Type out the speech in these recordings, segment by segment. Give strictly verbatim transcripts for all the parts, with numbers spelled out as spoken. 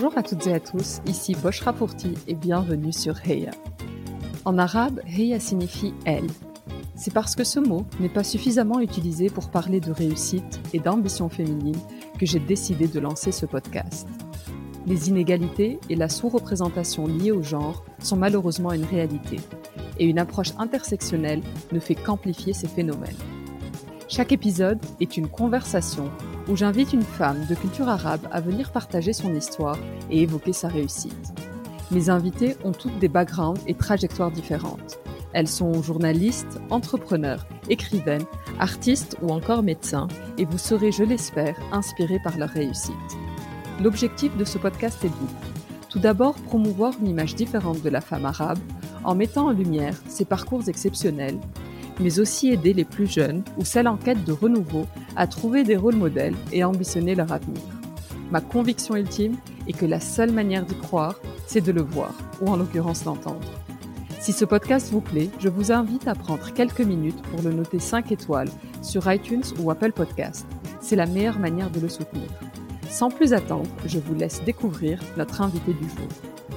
Bonjour à toutes et à tous, ici Boshra Pourti et bienvenue sur Heya. En arabe, Heya signifie « elle ». C'est parce que ce mot n'est pas suffisamment utilisé pour parler de réussite et d'ambition féminine que j'ai décidé de lancer ce podcast. Les inégalités et la sous-représentation liées au genre sont malheureusement une réalité, et une approche intersectionnelle ne fait qu'amplifier ces phénomènes. Chaque épisode est une conversation où j'invite une femme de culture arabe à venir partager son histoire et évoquer sa réussite. Mes invitées ont toutes des backgrounds et trajectoires différentes. Elles sont journalistes, entrepreneurs, écrivaines, artistes ou encore médecins, et vous serez, je l'espère, inspirés par leur réussite. L'objectif de ce podcast est double. Tout d'abord, promouvoir une image différente de la femme arabe, en mettant en lumière ses parcours exceptionnels, mais aussi aider les plus jeunes ou celles en quête de renouveau à trouver des rôles modèles et ambitionner leur avenir. Ma conviction ultime est que la seule manière d'y croire, c'est de le voir, ou en l'occurrence d'entendre. Si ce podcast vous plaît, je vous invite à prendre quelques minutes pour le noter cinq étoiles sur iTunes ou Apple Podcast. C'est la meilleure manière de le soutenir. Sans plus attendre, je vous laisse découvrir notre invité du jour.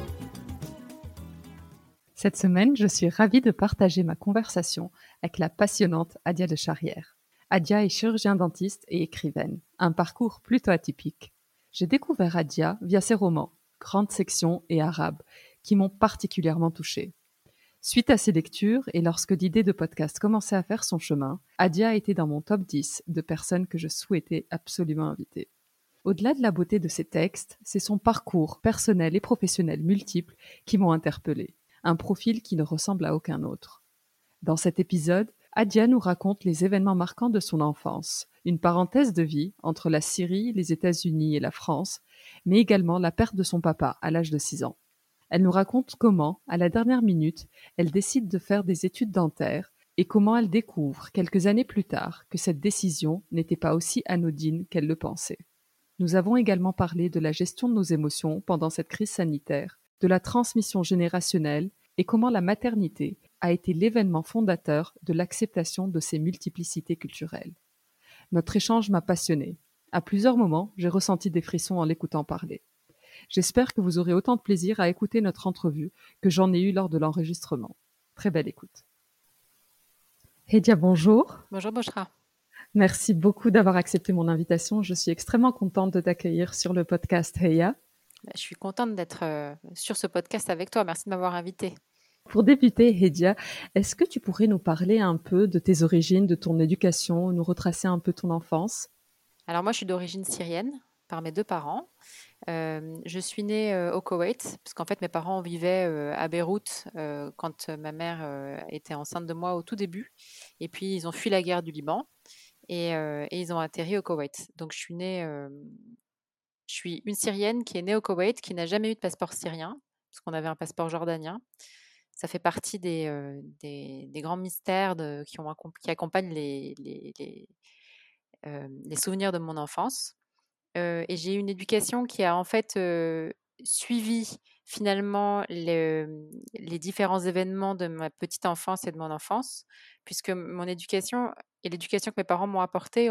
Cette semaine, je suis ravie de partager ma conversation avec la passionnante Adia de Charrière. Adia est chirurgien-dentiste et écrivaine, un parcours plutôt atypique. J'ai découvert Adia via ses romans, Grande Section et Arabe, qui m'ont particulièrement touchée. Suite à ces lectures, et lorsque l'idée de podcast commençait à faire son chemin, Adia était dans mon top dix de personnes que je souhaitais absolument inviter. Au-delà de la beauté de ses textes, c'est son parcours personnel et professionnel multiple qui m'ont interpellée. Un profil qui ne ressemble à aucun autre. Dans cet épisode, Adia nous raconte les événements marquants de son enfance, une parenthèse de vie entre la Syrie, les États-Unis et la France, mais également la perte de son papa à l'âge de six ans. Elle nous raconte comment, à la dernière minute, elle décide de faire des études dentaires et comment elle découvre, quelques années plus tard, que cette décision n'était pas aussi anodine qu'elle le pensait. Nous avons également parlé de la gestion de nos émotions pendant cette crise sanitaire, de la transmission générationnelle et comment la maternité a été l'événement fondateur de l'acceptation de ces multiplicités culturelles. Notre échange m'a passionnée. À plusieurs moments, j'ai ressenti des frissons en l'écoutant parler. J'espère que vous aurez autant de plaisir à écouter notre entrevue que j'en ai eu lors de l'enregistrement. Très belle écoute. Hedia, bonjour. Bonjour Boshra. Merci beaucoup d'avoir accepté mon invitation. Je suis extrêmement contente de t'accueillir sur le podcast Heya. Je suis contente d'être euh, sur ce podcast avec toi. Merci de m'avoir invitée. Pour débuter, Hedia, est-ce que tu pourrais nous parler un peu de tes origines, de ton éducation, nous retracer un peu ton enfance ? Alors moi, je suis d'origine syrienne par mes deux parents. Euh, je suis née euh, au Koweït, parce qu'en fait, mes parents vivaient euh, à Beyrouth euh, quand ma mère euh, était enceinte de moi au tout début. Et puis, ils ont fui la guerre du Liban et, euh, et ils ont atterri au Koweït. Donc, je suis née... Euh, Je suis une Syrienne qui est née au Koweït, qui n'a jamais eu de passeport syrien, parce qu'on avait un passeport jordanien. Ça fait partie des, euh, des, des grands mystères de, qui, ont, qui accompagnent les, les, les, euh, les souvenirs de mon enfance. Euh, et j'ai eu une éducation qui a en fait euh, suivi finalement les, les différents événements de ma petite enfance et de mon enfance, puisque mon éducation et l'éducation que mes parents m'ont apportée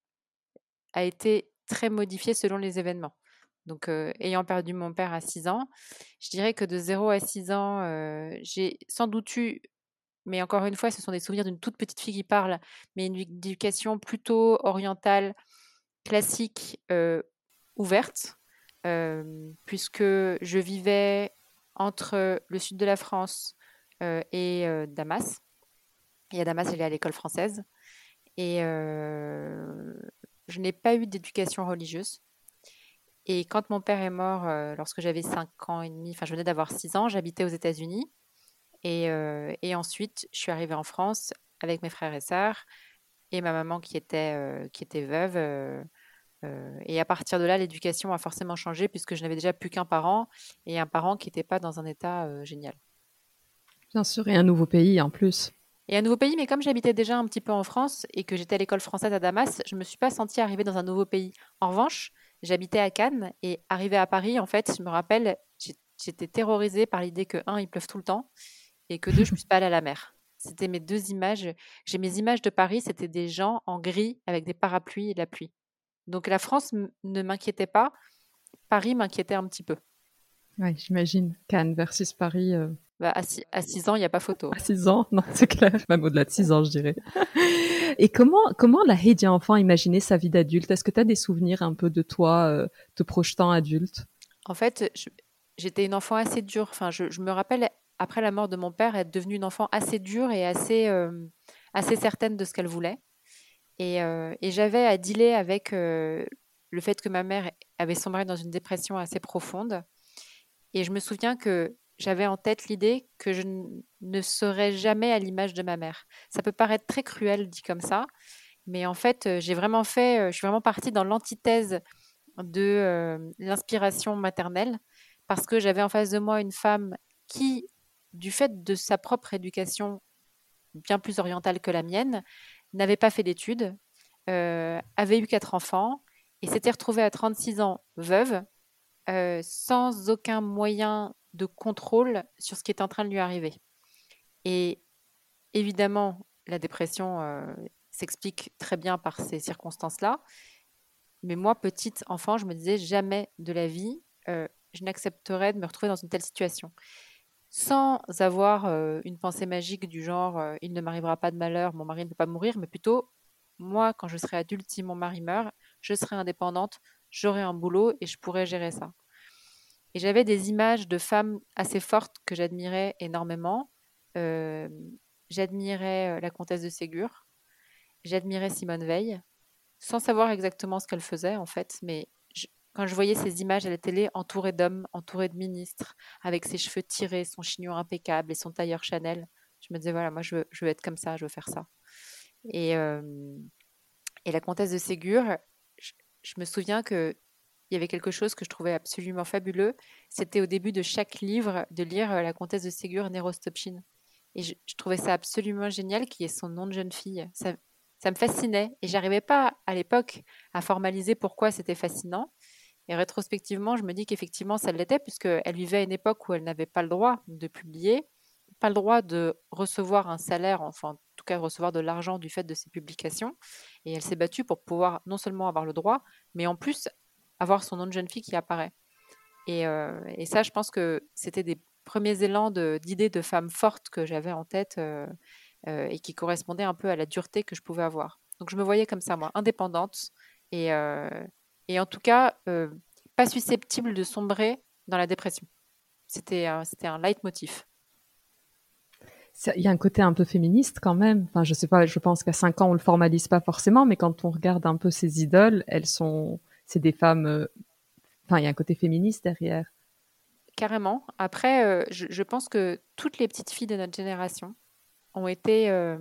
a été très modifiée selon les événements. Donc, euh, ayant perdu mon père à six ans, je dirais que de zéro à six ans, euh, j'ai sans doute eu, mais encore une fois, ce sont des souvenirs d'une toute petite fille qui parle, mais une éducation plutôt orientale, classique, euh, ouverte, euh, puisque je vivais entre le sud de la France euh, et euh, Damas. Et à Damas, j'allais à l'école française. Et euh, je n'ai pas eu d'éducation religieuse. Et quand mon père est mort, euh, lorsque j'avais cinq ans et demi, enfin je venais d'avoir six ans, j'habitais aux États-Unis. Et, euh, et ensuite, je suis arrivée en France avec mes frères et sœurs et ma maman qui était, euh, qui était veuve. Euh, euh, et à partir de là, l'éducation a forcément changé puisque je n'avais déjà plus qu'un parent et un parent qui n'était pas dans un état euh, génial. Bien sûr, et un nouveau pays en plus. Et un nouveau pays, mais comme j'habitais déjà un petit peu en France et que j'étais à l'école française à Damas, je ne me suis pas sentie arriver dans un nouveau pays. En revanche, j'habitais à Cannes et arrivée à Paris, en fait, je me rappelle, j'étais terrorisée par l'idée que, un, il pleuve tout le temps et que, deux, je ne puisse pas aller à la mer. C'était mes deux images. J'ai mes images de Paris, c'était des gens en gris avec des parapluies et de la pluie. Donc la France m- ne m'inquiétait pas Paris m'inquiétait un petit peu. Ouais, j'imagine. Cannes versus Paris, euh, Bah, à six, à six ans, il n'y a pas photo. à six ans, non, c'est clair, même au-delà de six ans, je dirais. Et comment, comment la Heidi enfant imaginait sa vie d'adulte? Est-ce que tu as des souvenirs un peu de toi euh, te projetant adulte? En fait, je- j'étais une enfant assez dure. Enfin, je, je me rappelle, après la mort de mon père, être devenue une enfant assez dure et assez, euh, assez certaine de ce qu'elle voulait. Et, euh, et j'avais à dealer avec euh, le fait que ma mère avait sombré dans une dépression assez profonde. Et je me souviens que j'avais en tête l'idée que je n- ne serais jamais à l'image de ma mère. Ça peut paraître très cruel dit comme ça, mais en fait, euh, j'ai vraiment fait, euh, je suis vraiment partie dans l'antithèse de euh, l'inspiration maternelle parce que j'avais en face de moi une femme qui, du fait de sa propre éducation bien plus orientale que la mienne, n'avait pas fait d'études, euh, avait eu quatre enfants et s'était retrouvée à trente-six ans veuve, euh, sans aucun moyen de contrôle sur ce qui est en train de lui arriver. Et évidemment, la dépression euh, s'explique très bien par ces circonstances-là. Mais moi, petite enfant, je me disais jamais de la vie, euh, je n'accepterais de me retrouver dans une telle situation. Sans avoir euh, une pensée magique du genre euh, il ne m'arrivera pas de malheur, mon mari ne peut pas mourir, mais plutôt moi, quand je serai adulte, si mon mari meurt, je serai indépendante, j'aurai un boulot et je pourrai gérer ça. Et j'avais des images de femmes assez fortes que j'admirais énormément. Euh, J'admirais euh, la comtesse de Ségur, j'admirais Simone Veil, sans savoir exactement ce qu'elle faisait en fait, mais je- quand je voyais ces images à la télé entourée d'hommes, entourée de ministres, avec ses cheveux tirés, son chignon impeccable et son tailleur Chanel, je me disais voilà, moi je veux, je veux être comme ça, je veux faire ça. Et, euh, et la comtesse de Ségur, je, je me souviens que il y avait quelque chose que je trouvais absolument fabuleux. C'était au début de chaque livre de lire euh, La comtesse de Ségur, Nérostopchine. Et je, je trouvais ça absolument génial qu'il y ait son nom de jeune fille. Ça, ça me fascinait. Et j'arrivais pas à l'époque à formaliser pourquoi c'était fascinant. Et rétrospectivement, je me dis qu'effectivement, ça l'était, puisqu'elle vivait à une époque où elle n'avait pas le droit de publier, pas le droit de recevoir un salaire, enfin, en tout cas, de recevoir de l'argent du fait de ses publications. Et elle s'est battue pour pouvoir non seulement avoir le droit, mais en plus avoir son nom de jeune fille qui apparaît. Et, euh, et ça, je pense que c'était des premiers élans de- d'idées de, femmes fortes que j'avais en tête euh, euh, et qui correspondaient un peu à la dureté que je pouvais avoir. Donc je me voyais comme ça, moi, indépendante et, euh, et en tout cas euh, pas susceptible de sombrer dans la dépression. C'était un, c'était un leitmotiv. Ça- Il y a un côté un peu féministe quand même. Enfin, je sais pas, je pense qu'à cinq ans, on le formalise pas forcément, mais quand on regarde un peu ces idoles, elles sont, c'est des femmes, euh, enfin, il y a un côté féministe derrière. Carrément. Après, euh, je, je pense que toutes les petites filles de notre génération ont été, euh,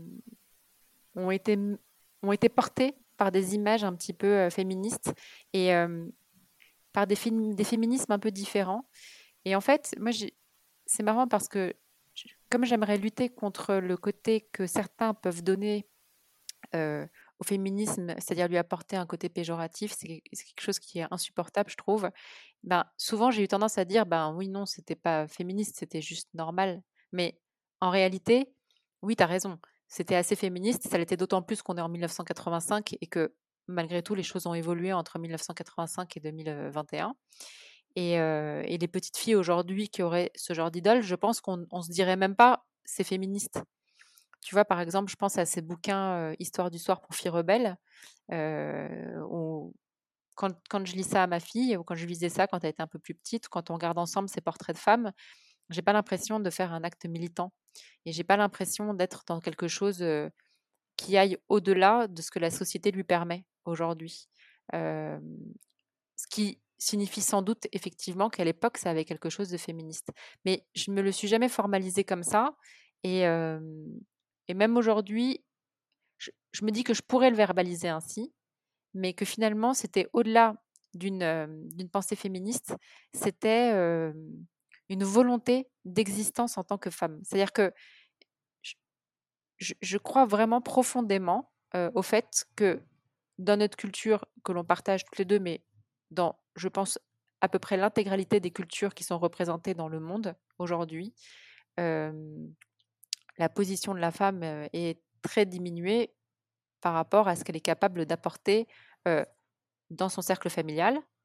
ont été, ont été portées par des images un petit peu euh, féministes et euh, par des, film, des féminismes un peu différents. Et en fait, moi, j'ai- c'est marrant parce que je- comme j'aimerais lutter contre le côté que certains peuvent donner euh, au féminisme, c'est-à-dire lui apporter un côté péjoratif, c'est c'est quelque chose qui est insupportable, je trouve. Ben, souvent, j'ai eu tendance à dire, ben oui, non, c'était pas féministe, c'était juste normal. Mais en réalité, oui, tu as raison, c'était assez féministe. Ça l'était d'autant plus qu'on est en mille neuf cent quatre-vingt-cinq et que malgré tout, les choses ont évolué entre mille neuf cent quatre-vingt-cinq et deux mille vingt et un. Et, euh, et les petites filles aujourd'hui qui auraient ce genre d'idole, je pense qu'on on se dirait même pas c'est féministe. Tu vois, par exemple, je pense à ces bouquins euh, Histoire du soir pour filles rebelles, euh, où quand, quand je lis ça à ma fille, ou quand je lisais ça quand elle était un peu plus petite, quand on regarde ensemble ces portraits de femmes, j'ai pas l'impression de faire un acte militant. Et j'ai pas l'impression d'être dans quelque chose euh, qui aille au-delà de ce que la société lui permet aujourd'hui. Euh, Ce qui signifie sans doute effectivement qu'à l'époque, ça avait quelque chose de féministe. Mais je ne me le suis jamais formalisé comme ça. Et, euh, et même aujourd'hui, je, je me dis que je pourrais le verbaliser ainsi, mais que finalement, c'était au-delà d'une euh, d'une pensée féministe, c'était euh, une volonté d'existence en tant que femme. C'est-à-dire que je, je- je crois vraiment profondément euh, au fait que dans notre culture que l'on partage toutes les deux, mais dans, je pense, à peu près l'intégralité des cultures qui sont représentées dans le monde aujourd'hui, euh, la position de la femme euh, est très diminuée par rapport à ce qu'elle est capable d'apporter euh, dans son cercle familial,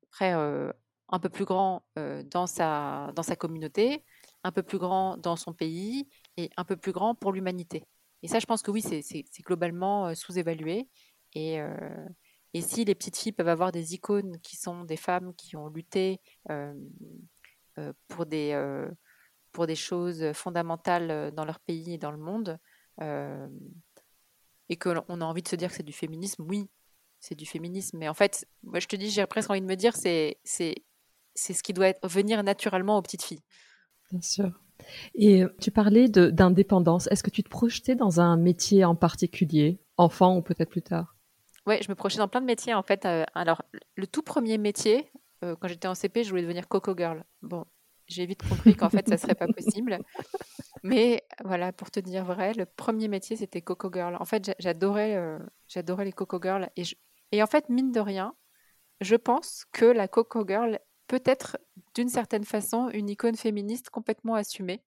près euh, un peu plus grand euh, dans sa, dans sa communauté, un peu plus grand dans son pays et un peu plus grand pour l'humanité. Et ça, je pense que oui, c'est, c'est, c'est globalement euh, sous-évalué. Et, euh, et si les petites filles peuvent avoir des icônes qui sont des femmes qui ont lutté euh, euh, pour des, euh, pour des choses fondamentales dans leur pays et dans le monde, euh, et qu'on a envie de se dire que c'est du féminisme, oui, c'est du féminisme. Mais en fait, moi, je te dis, j'ai presque envie de me dire, c'est, c'est, c'est ce qui doit être, venir naturellement aux petites filles. Bien sûr. Et tu parlais de, d'indépendance. Est-ce que tu te projetais dans un métier en particulier, enfant ou peut-être plus tard? Ouais, je me projetais dans plein de métiers, en fait. Euh, alors, le tout premier métier, euh, quand j'étais en C P, je voulais devenir Coco Girl. Bon, j'ai vite compris qu'en fait, ça serait pas possible. Mais voilà, pour te dire vrai, le premier métier, c'était Coco Girl. En fait, j'adorais, euh, j'adorais les Coco Girls. Et, je... et en fait, mine de rien, je pense que la Coco Girl peut être, d'une certaine façon, une icône féministe complètement assumée.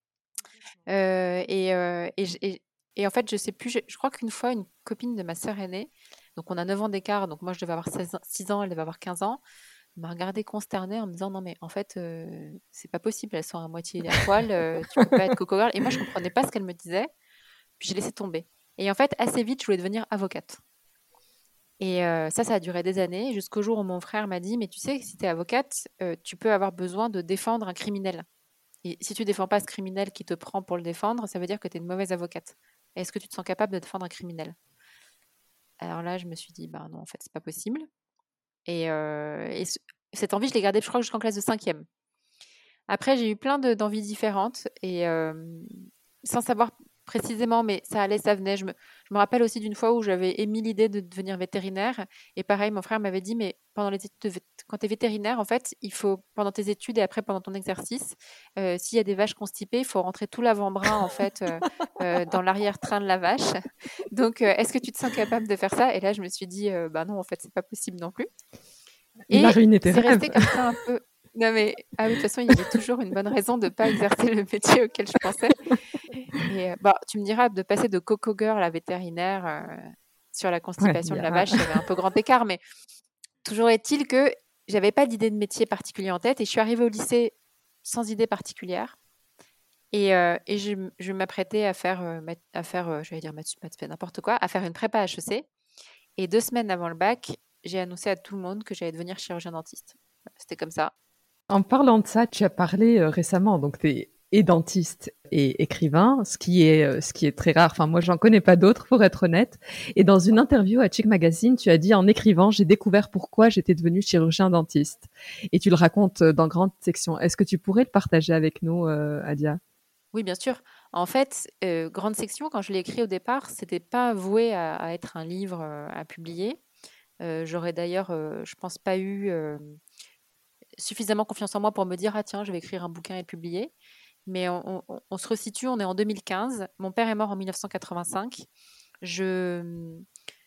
Euh, et, euh, et, et, et en fait, je sais plus, je, je crois qu'une fois, une copine de ma sœur aînée, donc on a neuf ans d'écart, donc moi je devais avoir seize ans, six ans, elle devait avoir quinze ans, m'a regardée consternée en me disant non mais en fait euh, c'est pas possible, elles sont à moitié à poil, euh, tu peux pas être Coco Girl. Et moi je comprenais pas ce qu'elle me disait, puis j'ai laissé tomber. Et en fait assez vite je voulais devenir avocate. Et euh, ça, ça a duré des années, jusqu'au jour où mon frère m'a dit mais tu sais, si tu es avocate, euh, tu peux avoir besoin de défendre un criminel. Et si tu ne défends pas ce criminel qui te prend pour le défendre, ça veut dire que tu es une mauvaise avocate. Est-ce que tu te sens capable de défendre un criminel? Alors là, je me suis dit, bah non, en fait, c'est pas possible. Et, euh, et ce- cette envie, je l'ai gardée, je crois, jusqu'en classe de cinquième. Après, j'ai eu plein de- d'envies différentes et euh, sans savoir précisément, mais ça allait, ça venait. Je me, je me rappelle aussi d'une fois où j'avais émis l'idée de devenir vétérinaire. Et pareil, mon frère m'avait dit, mais pendant les études, de vét- quand tu es vétérinaire, en fait, il faut, pendant tes études et après pendant ton exercice, euh, s'il y a des vaches constipées, il faut rentrer tout l'avant-bras, en fait, euh, euh, dans l'arrière-train de la vache. Donc, euh, est-ce que tu te sens capable de faire ça? Et là, je me suis dit, euh, bah non, en fait, c'est pas possible non plus. Il a Et ruiné tes c'est rêves. resté comme ça un peu. Non, mais ah oui, de toute façon, il y avait toujours une bonne raison de ne pas exercer le métier auquel je pensais. Et euh, bah, tu me diras, de passer de Coco Girl à vétérinaire euh, sur la Ouais, il constipation y de la a... vache, il y avait un peu grand écart, mais toujours est-il que j'avais pas d'idée de métier particulier en tête et je suis arrivée au lycée sans idée particulière. Et, euh, et je, je m'apprêtais à faire, euh, à faire euh, j'allais dire maths, maths, n'importe quoi, à faire une prépa H E C. Et deux semaines avant le bac, j'ai annoncé à tout le monde que j'allais devenir chirurgien dentiste. Voilà, c'était comme ça. En parlant de ça, tu as parlé euh, récemment, donc tu es et dentiste et écrivain, ce qui est euh, ce qui est très rare. Enfin, moi, j'en connais pas d'autres, pour être honnête. Et dans une interview à Chick Magazine, tu as dit en écrivant, j'ai découvert pourquoi j'étais devenu chirurgien dentiste. Et tu le racontes euh, dans Grande Section. Est-ce que tu pourrais le partager avec nous, euh, Adia? Oui, bien sûr. En fait, euh, Grande Section, quand je l'ai écrit au départ, c'était pas voué à, à être un livre euh, à publier. Euh, j'aurais d'ailleurs, euh, je pense, pas eu euh, suffisamment confiance en moi pour me dire, ah tiens, je vais écrire un bouquin et le publier. Mais on, on- on se resitue, on est en deux mille quinze. Mon père est mort en mille neuf cent quatre-vingt-cinq. Je,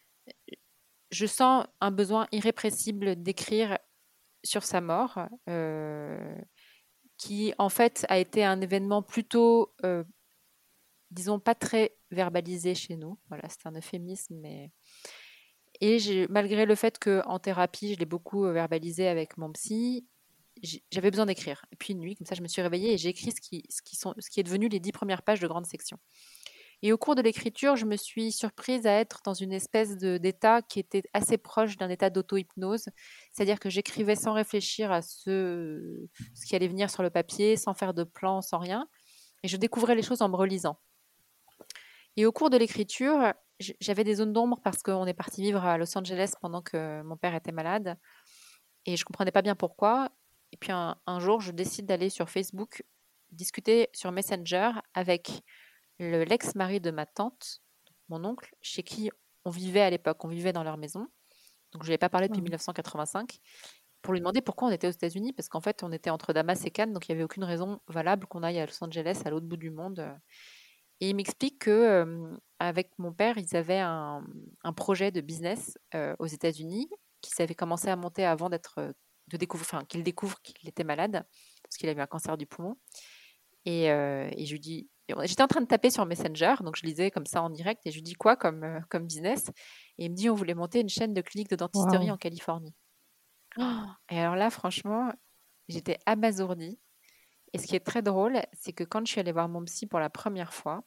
je sens un besoin irrépressible d'écrire sur sa mort, euh, qui en fait a été un événement plutôt, euh, disons, pas très verbalisé chez nous. Voilà, c'est un euphémisme, mais et j'ai, malgré le fait qu'en thérapie, je l'ai beaucoup euh, verbalisé avec mon psy, j'ai- j'avais besoin d'écrire. Et puis une nuit, comme ça, je me suis réveillée et j'ai écrit ce qui, ce qui sont, ce qui est devenu les dix premières pages de Grande Section. Et au cours de l'écriture, je me suis surprise à être dans une espèce de, d'état qui était assez proche d'un état d'auto-hypnose. C'est-à-dire que j'écrivais sans réfléchir à ce, ce qui allait venir sur le papier, sans faire de plan, sans rien. Et je découvrais les choses en me relisant. Et au cours de l'écriture, j- j'avais des zones d'ombre parce qu'on est parti vivre à Los Angeles pendant que mon père était malade. Et je comprenais pas bien pourquoi. Et puis un, un jour, je décide d'aller sur Facebook discuter sur Messenger avec le, l'ex-mari de ma tante, mon oncle, chez qui on vivait à l'époque. On vivait dans leur maison. Donc je ne lui ai pas parlé depuis mille neuf cent quatre-vingt-cinq pour lui demander pourquoi on était aux États-Unis, parce qu'en fait, on était entre Damas et Cannes, donc il n'y avait aucune raison valable qu'on aille à Los Angeles, à l'autre bout du monde. Et il m'explique que euh, avec mon père, ils avaient un, un projet de business euh, aux États-Unis qu'ils avaient commencé à monter avant d'être euh, de découvrir, enfin qu'il découvre qu'il était malade parce qu'il avait un cancer du poumon. Et, euh, et je lui dis, j'étais en train de taper sur Messenger, donc je lisais comme ça en direct et je lui dis quoi comme euh, comme business. Et il me dit on voulait monter une chaîne de cliniques de dentisterie Waouh. en Californie. Oh, et alors là, franchement, j'étais abasourdie. Et ce qui est très drôle, c'est que quand je suis allée voir mon psy pour la première fois,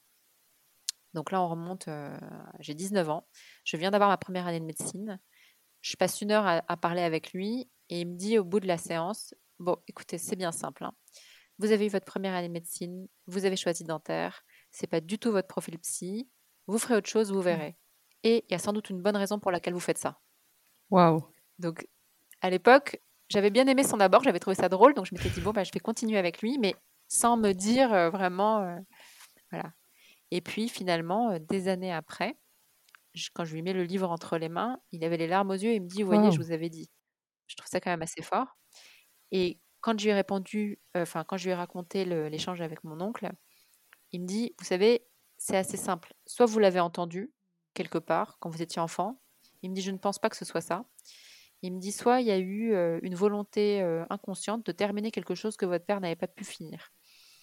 donc là, on remonte, euh, j'ai dix-neuf ans, je viens d'avoir ma première année de médecine, je passe une heure à, à parler avec lui et il me dit au bout de la séance, bon, écoutez, c'est bien simple, hein. Vous avez eu votre première année de médecine, vous avez choisi dentaire, c'est pas du tout votre profil psy, vous ferez autre chose, vous verrez. Et il y a sans doute une bonne raison pour laquelle vous faites ça. Waouh. Donc, à l'époque, j'avais bien aimé son abord, j'avais trouvé ça drôle, donc je m'étais dit, bon, bah, je vais continuer avec lui, mais sans me dire euh, vraiment, euh, voilà. Et puis, finalement, euh, des années après, je- quand je lui mets le livre entre les mains, il avait les larmes aux yeux et il me dit, vous voyez, je Waouh. vous avais dit. Je trouve ça quand même assez fort. Et quand je lui ai répondu, euh, enfin, quand je lui ai raconté le- l'échange avec mon oncle, il me dit, vous savez, c'est assez simple. Soit vous l'avez entendu quelque part quand vous étiez enfant. Il me dit, je ne pense pas que ce soit ça. Il me dit, soit il y a eu euh, une volonté euh, inconsciente de terminer quelque chose que votre père n'avait pas pu finir.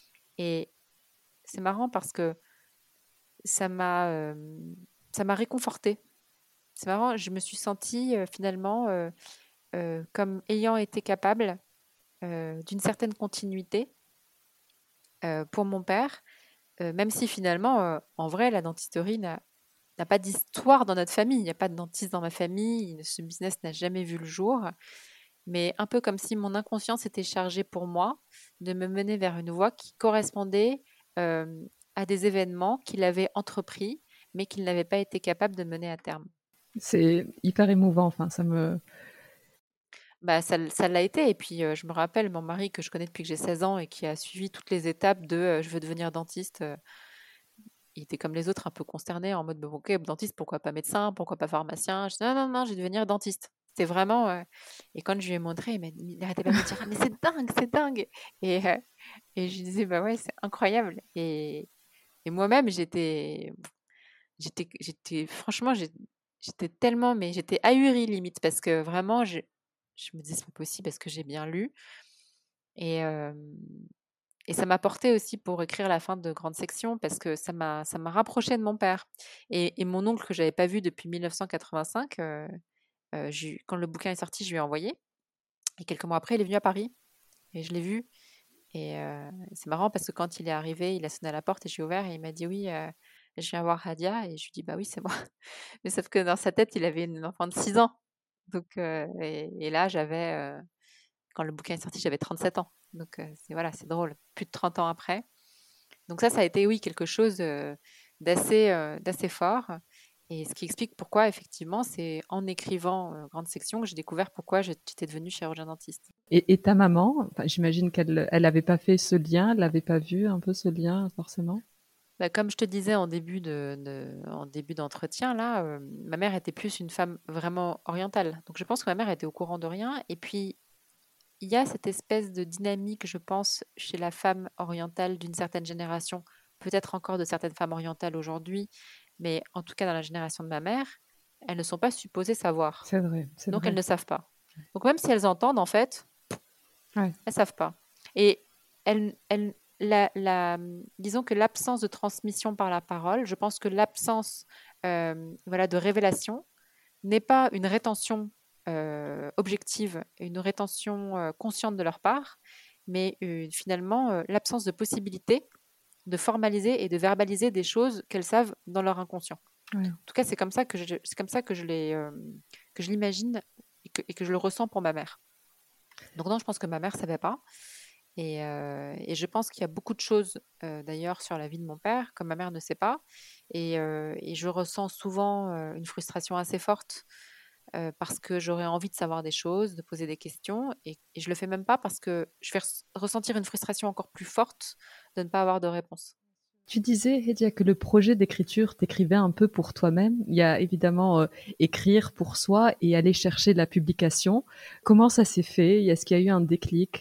Et c'est marrant parce que ça m'a euh, ça m'a réconfortée. C'est marrant, je me suis sentie euh, finalement euh, euh, comme ayant été capable euh, d'une certaine continuité euh, pour mon père, euh, même si finalement, euh, en vrai, la dentisterie n'a n'a pas d'histoire dans notre famille. Il n'y a pas de dentiste dans ma famille. Ce business n'a jamais vu le jour. Mais un peu comme si mon inconscient s'était chargé pour moi de me mener vers une voie qui correspondait euh, à des événements qu'il avait entrepris, mais qu'il n'avait pas été capable de mener à terme. C'est hyper émouvant. Enfin, ça me. Bah, ça, l- ça l'a été. Et puis, euh, je me rappelle, mon mari, que je connais depuis que j'ai seize ans et qui a suivi toutes les étapes de euh, je veux devenir dentiste, euh, il était comme les autres, un peu consterné, en mode, bah, ok, dentiste, pourquoi pas médecin, pourquoi pas pharmacien? Je dis, non, non, non, je vais devenir dentiste. C'était vraiment. euh, Et quand je lui ai montré, il m'a- il n'arrêtait pas de me dire, ah, mais c'est dingue, c'est dingue. Et, euh, et je lui disais, bah ouais, c'est incroyable. Et, et moi-même, j'étais, j'étais, j'étais, franchement, j'ai- j'étais tellement, mais j'étais ahurie limite, parce que vraiment, je, je me disais, c'est pas possible, parce que j'ai bien lu. Et, euh, et ça m'a porté aussi pour écrire la fin de Grande Section parce que ça m'a ça m'a rapproché de mon père. Et, et mon oncle que j'avais pas vu depuis mille neuf cent quatre-vingt-cinq, euh, euh, j'ai- quand le bouquin est sorti, je lui ai envoyé. Et quelques mois après, il est venu à Paris et je l'ai vu. Et euh, c'est marrant parce que quand il est arrivé, il a sonné à la porte et j'ai ouvert et il m'a dit oui, euh, je viens voir Hadia. Et je lui dis bah oui, c'est moi. Mais sauf que dans sa tête, il avait une enfant de six ans. Donc, euh, et, et là, j'avais, euh, quand le bouquin est sorti, j'avais trente-sept ans. Donc, euh, c'est voilà, c'est drôle. Plus de trente ans après. Donc ça, ça a été, oui, quelque chose euh, d'assez euh, d'assez fort. Et ce qui explique pourquoi, effectivement, c'est en écrivant euh, Grande Section que j'ai découvert pourquoi j'étais devenue chirurgien dentiste. Et, et ta maman, enfin, j'imagine qu'elle elle avait pas fait ce lien, elle l'avait pas vu un peu ce lien forcément. Bah, comme je te disais en début de, de- en début d'entretien, là, euh, ma mère était plus une femme vraiment orientale. Donc je pense que ma mère était au courant de rien. Et puis, il y a cette espèce de dynamique, je pense, chez la femme orientale d'une certaine génération, peut-être encore de certaines femmes orientales aujourd'hui, mais en tout cas dans la génération de ma mère, elles ne sont pas supposées savoir. C'est vrai, c'est Donc elles vrai. ne savent pas. Donc même si elles entendent, en fait, Ouais, elles savent pas. Et elles, elles- la, la- disons que l'absence de transmission par la parole, je pense que l'absence euh, voilà, de révélation n'est pas une rétention euh, objective, une rétention euh, consciente de leur part, mais euh, finalement euh, l'absence de possibilité de formaliser et de verbaliser des choses qu'elles savent dans leur inconscient. ouais. En tout cas, c'est comme ça que je, c'est comme ça que je l'ai, euh, que je l'imagine et que, et que je le ressens pour ma mère. Donc non, je pense que ma mère savait pas. Et, euh, et je pense qu'il y a beaucoup de choses euh, d'ailleurs sur la vie de mon père que ma mère ne sait pas. Et, euh, et je ressens souvent euh, une frustration assez forte euh, parce que j'aurais envie de savoir des choses, de poser des questions. Et, et je le fais même pas parce que je vais res- ressentir une frustration encore plus forte de ne pas avoir de réponse. Tu disais, Hedia, que le projet d'écriture, t'écrivais un peu pour toi-même. Il y a évidemment euh, écrire pour soi et aller chercher la publication. Comment ça s'est fait? Est-ce qu'il y a eu un déclic?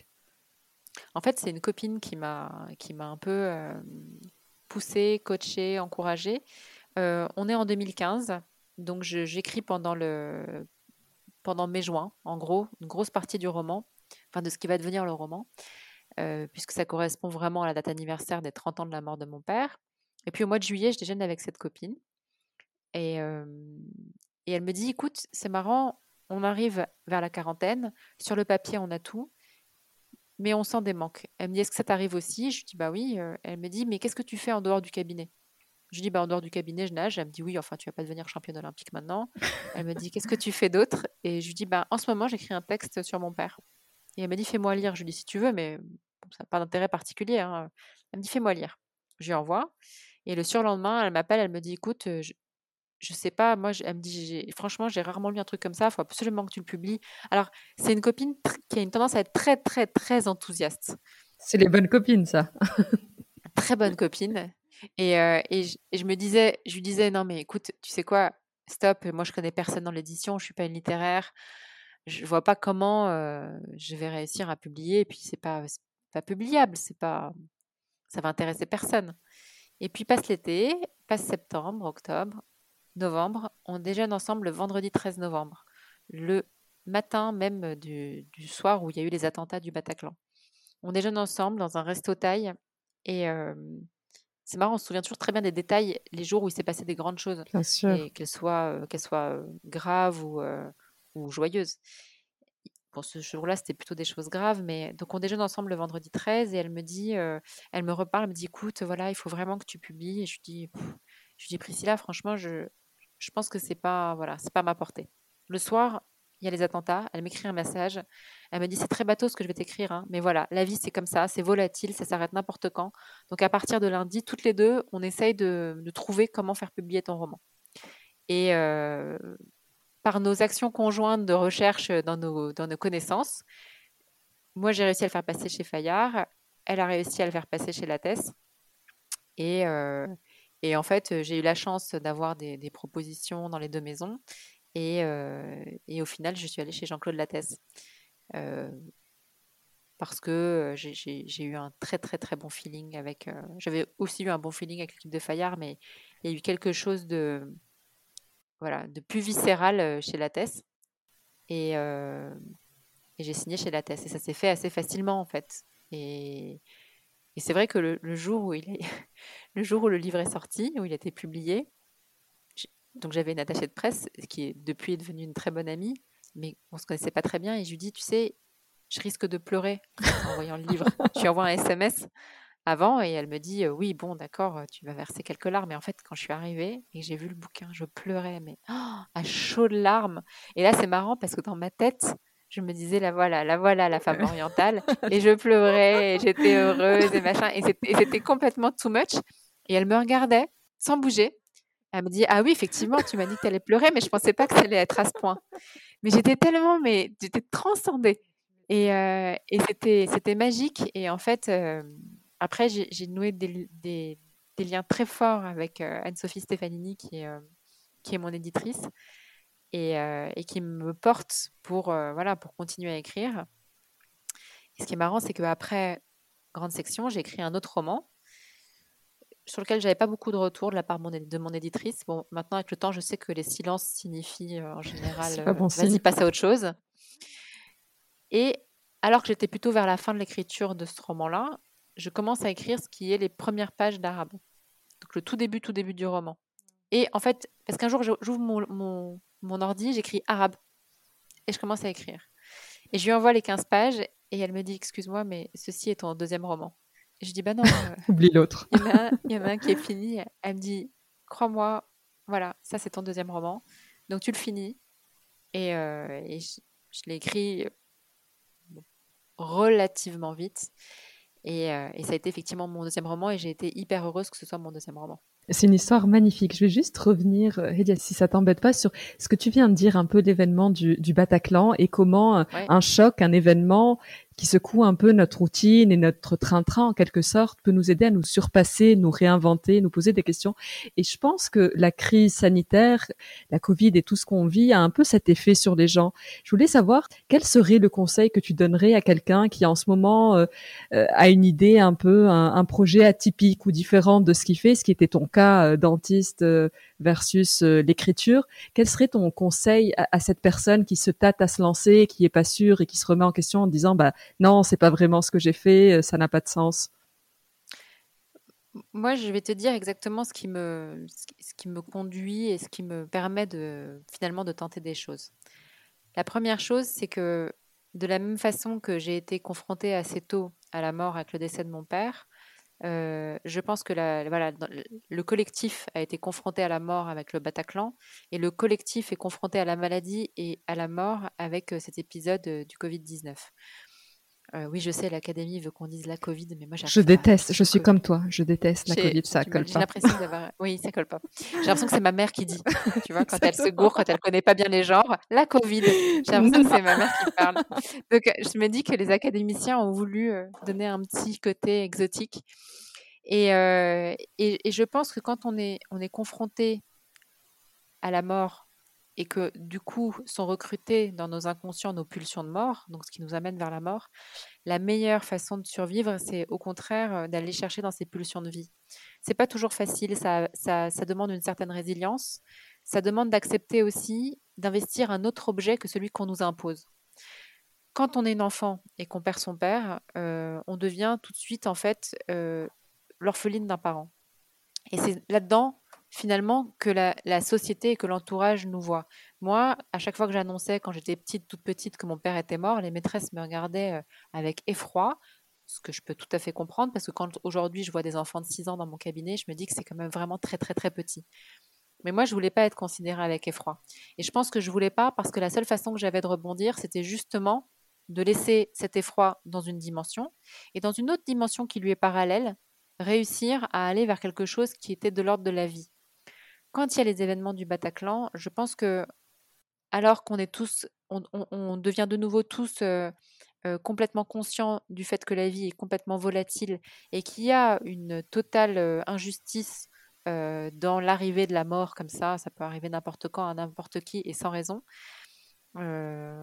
En fait, c'est une copine qui m'a qui m'a un peu euh, poussée, coachée, encouragée. Euh, on est en deux mille quinze, donc je- j'écris pendant le pendant mai-juin, en gros, une grosse partie du roman, enfin de ce qui va devenir le roman, euh, puisque ça correspond vraiment à la date anniversaire des trente ans de la mort de mon père. Et puis au mois de juillet, je déjeune avec cette copine et, euh, et elle me dit, écoute, c'est marrant, on arrive vers la quarantaine, sur le papier, on a tout, mais on sent des manques. Elle me dit, est-ce que ça t'arrive aussi? Je lui dis, bah oui. Euh, Elle me dit, mais qu'est-ce que tu fais en dehors du cabinet? Je lui dis, bah en dehors du cabinet, je nage. Elle me dit, oui, enfin, tu vas pas devenir championne olympique maintenant. Elle me dit, qu'est-ce que tu fais d'autre? Et je lui dis, bah en ce moment, j'écris un texte sur mon père. Et elle m'a dit, fais-moi lire. Je lui dis, si tu veux, mais bon, ça n'a pas d'intérêt particulier, hein. Elle me dit, fais-moi lire. Je lui envoie. Et le surlendemain, elle m'appelle, elle me dit, écoute, euh, je, je sais pas, moi, je- elle me dit, j'ai- franchement, j'ai rarement lu un truc comme ça, il faut absolument que tu le publies. Alors, c'est une copine tr- qui a une tendance à être très, très, très enthousiaste. C'est les bonnes copines, ça. Très bonne copine. Et, euh, et, je, et je me disais, je lui disais, non, mais écoute, tu sais quoi, stop, moi, je connais personne dans l'édition, je suis pas une littéraire, je vois pas comment euh, je vais réussir à publier, et puis c'est pas, c'est pas publiable, c'est pas, ça va intéresser personne. Et puis passe l'été, passe septembre, octobre, novembre, on déjeune ensemble le vendredi treize novembre, le matin même du, du soir où il y a eu les attentats du Bataclan. On déjeune ensemble dans un resto thaï et euh, c'est marrant, on se souvient toujours très bien des détails, les jours où il s'est passé des grandes choses, Bien sûr. et qu'elles soient, euh, qu'elles soient euh, graves ou, euh, ou joyeuses. Bon, ce jour-là, c'était plutôt des choses graves, mais donc on déjeune ensemble le vendredi treize et elle me dit, euh, elle me reparle, elle me dit, écoute, voilà, il faut vraiment que tu publies. Et je lui dis, pff, je lui dis, Priscilla, franchement, je, je pense que c'est pas, voilà, c'est pas ma portée. Le soir, il y a les attentats. Elle m'écrit un message. Elle me dit, c'est très bateau ce que je vais t'écrire, hein, mais voilà, la vie c'est comme ça, c'est volatile, ça s'arrête n'importe quand. Donc à partir de lundi, toutes les deux, on essaye de, de trouver comment faire publier ton roman. Et euh, par nos actions conjointes de recherche dans nos, dans nos connaissances, moi j'ai réussi à le faire passer chez Fayard, elle a réussi à le faire passer chez Lattès. Et, euh, et en fait, j'ai eu la chance d'avoir des, des propositions dans les deux maisons. Et, euh, et au final, je suis allée chez Jean-Claude Lattès. Euh, parce que euh, j'ai j'ai- j'ai eu un très très très bon feeling avec. euh, J'avais aussi eu un bon feeling avec l'équipe de Fayard, mais il y a eu quelque chose de, voilà, de plus viscéral euh, chez Lattès. Et, euh, et j'ai signé chez Lattès. Et ça s'est fait assez facilement en fait. Et, et c'est vrai que le, le jour où il est, le jour où le livre est sorti, où il a été publié, j'ai- donc j'avais une attachée de presse qui est depuis est devenue une très bonne amie, mais on se connaissait pas très bien. Et je lui dis, tu sais, je risque de pleurer en fait en voyant le livre. Je lui envoie un S M S avant et elle me dit, euh, oui, bon, d'accord, euh, tu vas verser quelques larmes. Et en fait, quand je suis arrivée et que j'ai vu le bouquin, je pleurais, mais oh, à chaudes larmes. Et là, c'est marrant parce que dans ma tête, je me disais, la voilà, la voilà, la femme orientale. Et je pleurais, et j'étais heureuse et machin. Et c'était et c'était complètement too much. Et elle me regardait sans bouger. Elle me dit, ah oui, effectivement, tu m'as dit que tu allais pleurer, mais je pensais pas que ça allait être à ce point. Mais j'étais tellement, mais j'étais transcendée. Et, euh, et c'était, c'était magique. Et en fait, euh, après, j'ai, j'ai noué des, des, des liens très forts avec euh, Anne-Sophie Stefanini, qui est, euh, qui est mon éditrice, et, euh, et qui me porte pour, euh, voilà, pour continuer à écrire. Et ce qui est marrant, c'est qu'après Grande Section, j'ai écrit un autre roman sur lequel j'avais pas beaucoup de retours de la part mon é- de mon éditrice. Bon, maintenant, avec le temps, je sais que les silences signifient euh, en général, C'est pas euh, bon vas-y, signe. passe à autre chose. Et alors que j'étais plutôt vers la fin de l'écriture de ce roman-là, je commence à écrire ce qui est les premières pages d'arabe. Donc le tout début, tout début du roman. Et en fait, parce qu'un jour, je- j'ouvre mon, mon, mon ordi, j'écris arabe. Et je commence à écrire. Et je lui envoie les quinze pages et elle me dit, excuse-moi, mais ceci est ton deuxième roman. Et je dis, bah non, euh, Oublie l'autre. il y en a un, il y en a un qui est fini. Elle me dit, crois-moi, voilà, ça c'est ton deuxième roman. Donc tu le finis. Et, euh, et je, je l'ai écrit euh, relativement vite. Et, euh, et ça a été effectivement mon deuxième roman et j'ai été hyper heureuse que ce soit mon deuxième roman. C'est une histoire magnifique. Je vais juste revenir, euh, Hedia, si ça t'embête pas, sur ce que tu viens de dire un peu l'événement du, du Bataclan et comment euh, Ouais. un choc, un événement qui secoue un peu notre routine et notre train-train en quelque sorte peut nous aider à nous surpasser, nous réinventer, nous poser des questions. Et je pense que la crise sanitaire, la Covid et tout ce qu'on vit a un peu cet effet sur les gens. Je voulais savoir quel serait le conseil que tu donnerais à quelqu'un qui en ce moment euh, euh, a une idée un peu, un, un projet atypique ou différent de ce qu'il fait, ce qui était ton cas euh, dentiste euh, versus euh, l'écriture. Quel serait ton conseil à, à cette personne qui se tâte à se lancer, qui est pas sûre et qui se remet en question en disant bah non, c'est pas vraiment ce que j'ai fait, euh, ça n'a pas de sens. Moi, je vais te dire exactement ce qui me, ce qui ce qui me conduit et ce qui me permet de finalement de tenter des choses. La première chose, c'est que de la même façon que j'ai été confrontée assez tôt à la mort avec le décès de mon père, euh, je pense que la- voilà, dans- le collectif a été confronté à la mort avec le Bataclan et le collectif est confronté à la maladie et à la mort avec euh, cet épisode euh, du covid dix-neuf. Euh, oui, je sais, l'Académie veut qu'on dise la Covid, mais moi, Je j'arrive pas à déteste, dire je suis Covid. comme toi, je déteste la J'ai Covid, j'ai ça du mal, colle j'ai pas. l'impression d'avoir... Oui, ça colle pas. J'ai l'impression que c'est ma mère qui dit, tu vois, quand elle se Exactement. gourre, quand elle connaît pas bien les genres, la Covid. J'ai l'impression que Non. c'est ma mère qui parle. Donc, euh, je me dis que les académiciens ont voulu euh, donner un petit côté exotique. Et, euh, et, et je pense que quand on est, on est confronté à la mort et que du coup sont recrutées dans nos inconscients nos pulsions de mort, donc ce qui nous amène vers la mort, la meilleure façon de survivre, c'est au contraire euh, d'aller chercher dans ces pulsions de vie. C'est pas toujours facile, ça, ça, ça demande une certaine résilience, ça demande d'accepter aussi d'investir un autre objet que celui qu'on nous impose. Quand on est une enfant et qu'on perd son père, euh, on devient tout de suite en fait euh, l'orpheline d'un parent. Et c'est là-dedans, finalement, que la, la société et que l'entourage nous voient. Moi, à chaque fois que j'annonçais, quand j'étais petite, toute petite, que mon père était mort, les maîtresses me regardaient euh, avec effroi, ce que je peux tout à fait comprendre, parce que quand aujourd'hui je vois des enfants de six ans dans mon cabinet, je me dis que c'est quand même vraiment très, très, très petit. Mais moi, je voulais pas être considérée avec effroi. Et je pense que je voulais pas parce que la seule façon que j'avais de rebondir, c'était justement de laisser cet effroi dans une dimension et dans une autre dimension qui lui est parallèle, réussir à aller vers quelque chose qui était de l'ordre de la vie. Quand il y a les événements du Bataclan, je pense que alors qu'on est tous, on, on- on devient de nouveau tous euh, euh, complètement conscients du fait que la vie est complètement volatile et qu'il y a une totale euh, injustice euh, dans l'arrivée de la mort comme ça, ça peut arriver n'importe quand à n'importe qui et sans raison. euh,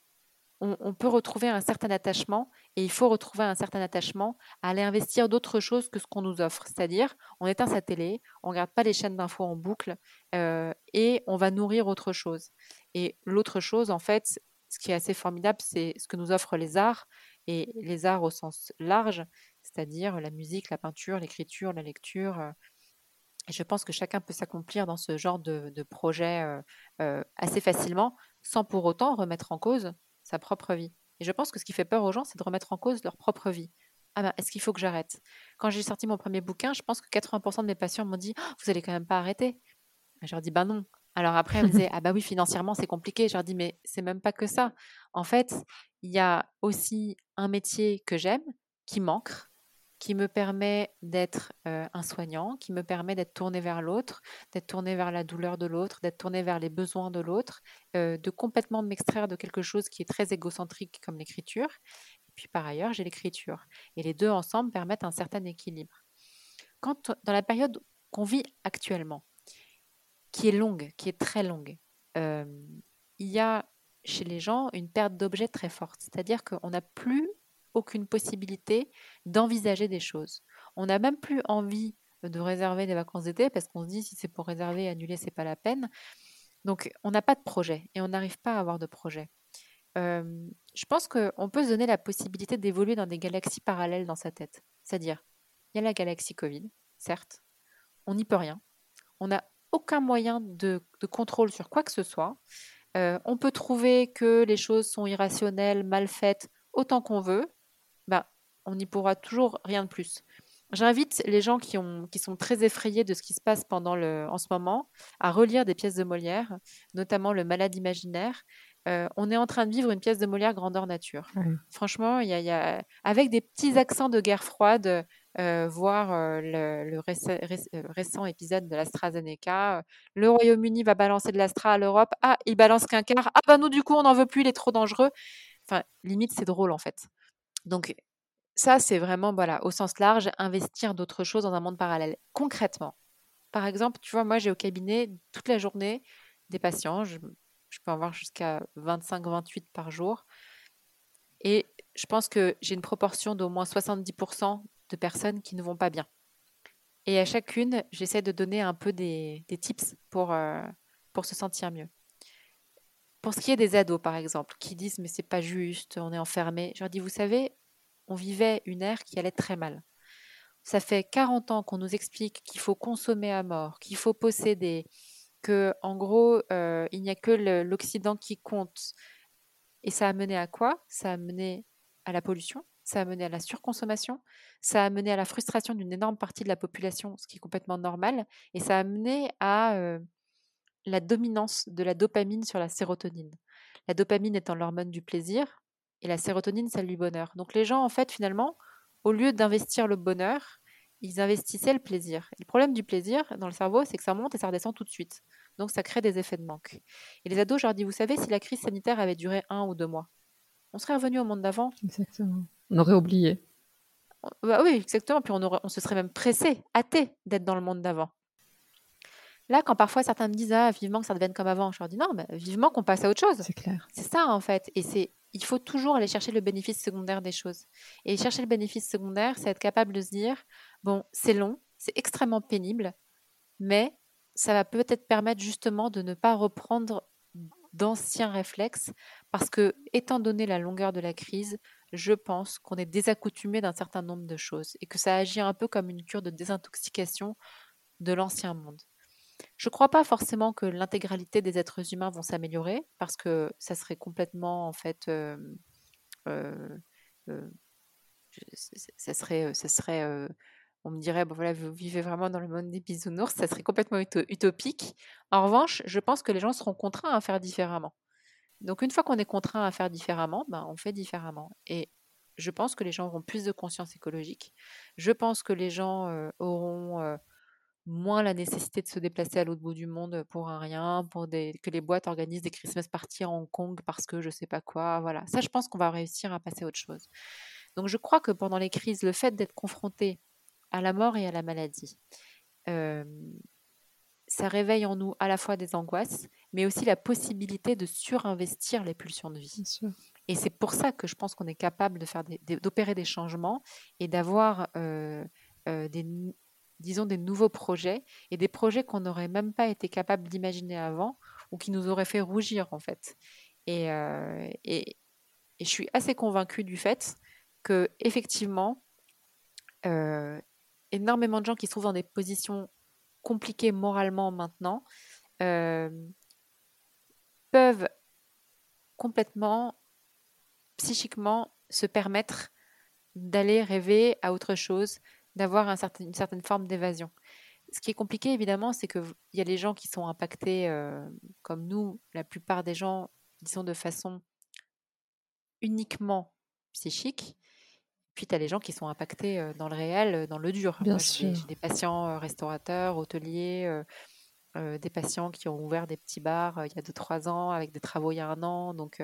on, on peut retrouver un certain attachement et il faut retrouver un certain attachement à aller investir d'autres choses que ce qu'on nous offre. C'est-à-dire, on éteint sa télé, on ne regarde pas les chaînes d'infos en boucle euh, et on va nourrir autre chose. Et l'autre chose, en fait, ce qui est assez formidable, c'est ce que nous offrent les arts et les arts au sens large, c'est-à-dire la musique, la peinture, l'écriture, la lecture. euh, et je pense que chacun peut s'accomplir dans ce genre de, de projet euh, euh, assez facilement, sans pour autant remettre en cause sa propre vie. Et je pense que ce qui fait peur aux gens, c'est de remettre en cause leur propre vie. Ah ben, est-ce qu'il faut que j'arrête? Quand j'ai sorti mon premier bouquin, je pense que quatre-vingts pour cent de mes patients m'ont dit, oh, vous allez quand même pas arrêter. Et je leur dis, ben non. Alors après, ils me disaient, ah bah oui, financièrement, c'est compliqué. Je leur dis, mais c'est même pas que ça. En fait, il y a aussi un métier que j'aime, qui manque, qui me permet d'être euh, un soignant, qui me permet d'être tourné vers l'autre, d'être tourné vers la douleur de l'autre, d'être tourné vers les besoins de l'autre, euh, de complètement m'extraire de quelque chose qui est très égocentrique comme l'écriture. Et puis par ailleurs, j'ai l'écriture. Et les deux ensemble permettent un certain équilibre. Quand, dans la période qu'on vit actuellement, qui est longue, qui est très longue, euh, il y a chez les gens une perte d'objet très forte. C'est-à-dire qu'on n'a plus aucune possibilité d'envisager des choses. On n'a même plus envie de réserver des vacances d'été parce qu'on se dit si c'est pour réserver et annuler, c'est pas la peine. Donc on n'a pas de projet et on n'arrive pas à avoir de projet. Euh, je pense qu'on peut se donner la possibilité d'évoluer dans des galaxies parallèles dans sa tête. C'est-à-dire, il y a la galaxie Covid, certes, on n'y peut rien. On n'a aucun moyen de, de contrôle sur quoi que ce soit. Euh, on peut trouver que les choses sont irrationnelles, mal faites, autant qu'on veut. Ben, on n'y pourra toujours rien de plus. J'invite les gens qui, ont, qui sont très effrayés de ce qui se passe pendant le, en ce moment à relire des pièces de Molière, notamment Le Malade imaginaire. Euh, on est en train de vivre une pièce de Molière grandeur nature. Ouais. Franchement, il y a, il y a- avec des petits accents de guerre froide, euh, voir euh, le, le réce- réce- euh, récent épisode de l'AstraZeneca. euh, Le Royaume-Uni va balancer de l'Astra à l'Europe. Ah, il balance qu'un quart. Ah, bah nous, du coup, on n'en veut plus, il est trop dangereux. Enfin, limite, c'est drôle, en fait. Donc, ça, c'est vraiment, voilà, au sens large, investir d'autres choses dans un monde parallèle. Concrètement, par exemple, tu vois, moi, j'ai au cabinet toute la journée des patients. Je, je peux en voir jusqu'à vingt-cinq vingt-huit par jour. Et je pense que j'ai une proportion d'au moins soixante-dix pour cent de personnes qui ne vont pas bien. Et à chacune, j'essaie de donner un peu des, des tips pour, euh, pour se sentir mieux. Pour ce qui est des ados, par exemple, qui disent mais c'est pas juste, on est enfermé, je leur dis vous savez, on vivait une ère qui allait très mal. Ça fait quarante ans qu'on nous explique qu'il faut consommer à mort, qu'il faut posséder, que en gros euh, il n'y a que le- l'Occident qui compte. Et ça a mené à quoi? Ça a mené à la pollution, ça a mené à la surconsommation, ça a mené à la frustration d'une énorme partie de la population, ce qui est complètement normal, et ça a mené à euh, la dominance de la dopamine sur la sérotonine. La dopamine étant l'hormone du plaisir, et la sérotonine, celle du bonheur. Donc les gens, en fait, finalement, au lieu d'investir le bonheur, ils investissaient le plaisir. Et le problème du plaisir dans le cerveau, c'est que ça monte et ça redescend tout de suite. Donc ça crée des effets de manque. Et les ados, je leur dis, vous savez, si la crise sanitaire avait duré un ou deux mois, on serait revenu au monde d'avant. Exactement. On aurait oublié. Bah oui, exactement. Puis on, aurait, on se serait même pressé, hâté d'être dans le monde d'avant. Là, quand parfois certains me disent ah, vivement que ça devienne comme avant, je leur dis non, bah, vivement qu'on passe à autre chose. C'est clair. C'est ça en fait. Et c'est, il faut toujours aller chercher le bénéfice secondaire des choses. Et chercher le bénéfice secondaire, c'est être capable de se dire bon, c'est long, c'est extrêmement pénible, mais ça va peut-être permettre justement de ne pas reprendre d'anciens réflexes parce que, étant donné la longueur de la crise, je pense qu'on est désaccoutumé d'un certain nombre de choses et que ça agit un peu comme une cure de désintoxication de l'ancien monde. Je ne crois pas forcément que l'intégralité des êtres humains vont s'améliorer parce que ça serait complètement en fait euh, euh, euh, ça serait ça serait euh, on me dirait bon voilà vous vivez vraiment dans le monde des bisounours, ça serait complètement utopique. En revanche, je pense que les gens seront contraints à faire différemment. Donc une fois qu'on est contraint à faire différemment, ben, on fait différemment. Et je pense que les gens auront plus de conscience écologique. Je pense que les gens euh, auront euh, moins la nécessité de se déplacer à l'autre bout du monde pour un rien, pour des, que les boîtes organisent des Christmas parties à Hong Kong parce que je sais pas quoi. Voilà. Ça, je pense qu'on va réussir à passer à autre chose. Donc je crois que pendant les crises, le fait d'être confronté à la mort et à la maladie, euh, ça réveille en nous à la fois des angoisses, mais aussi la possibilité de surinvestir les pulsions de vie. Bien sûr. Et c'est pour ça que je pense qu'on est capable de faire des, des, d'opérer des changements et d'avoir euh, euh, des, disons, des nouveaux projets et des projets qu'on n'aurait même pas été capable d'imaginer avant ou qui nous auraient fait rougir en fait. Et, euh, et, et je suis assez convaincue du fait que effectivement, euh, énormément de gens qui se trouvent dans des positions compliquées moralement maintenant euh, peuvent complètement, psychiquement, se permettre d'aller rêver à autre chose, d'avoir un certain, une certaine forme d'évasion. Ce qui est compliqué, évidemment, c'est qu'il y a les gens qui sont impactés, euh, comme nous, la plupart des gens, disons de façon uniquement psychique. Puis tu as les gens qui sont impactés euh, dans le réel, euh, dans le dur. Bien Moi, j'ai des, sûr. j'ai des patients euh, restaurateurs, hôteliers, euh, euh, des patients qui ont ouvert des petits bars euh, il y a deux trois ans, avec des travaux il y a un an. Donc, euh,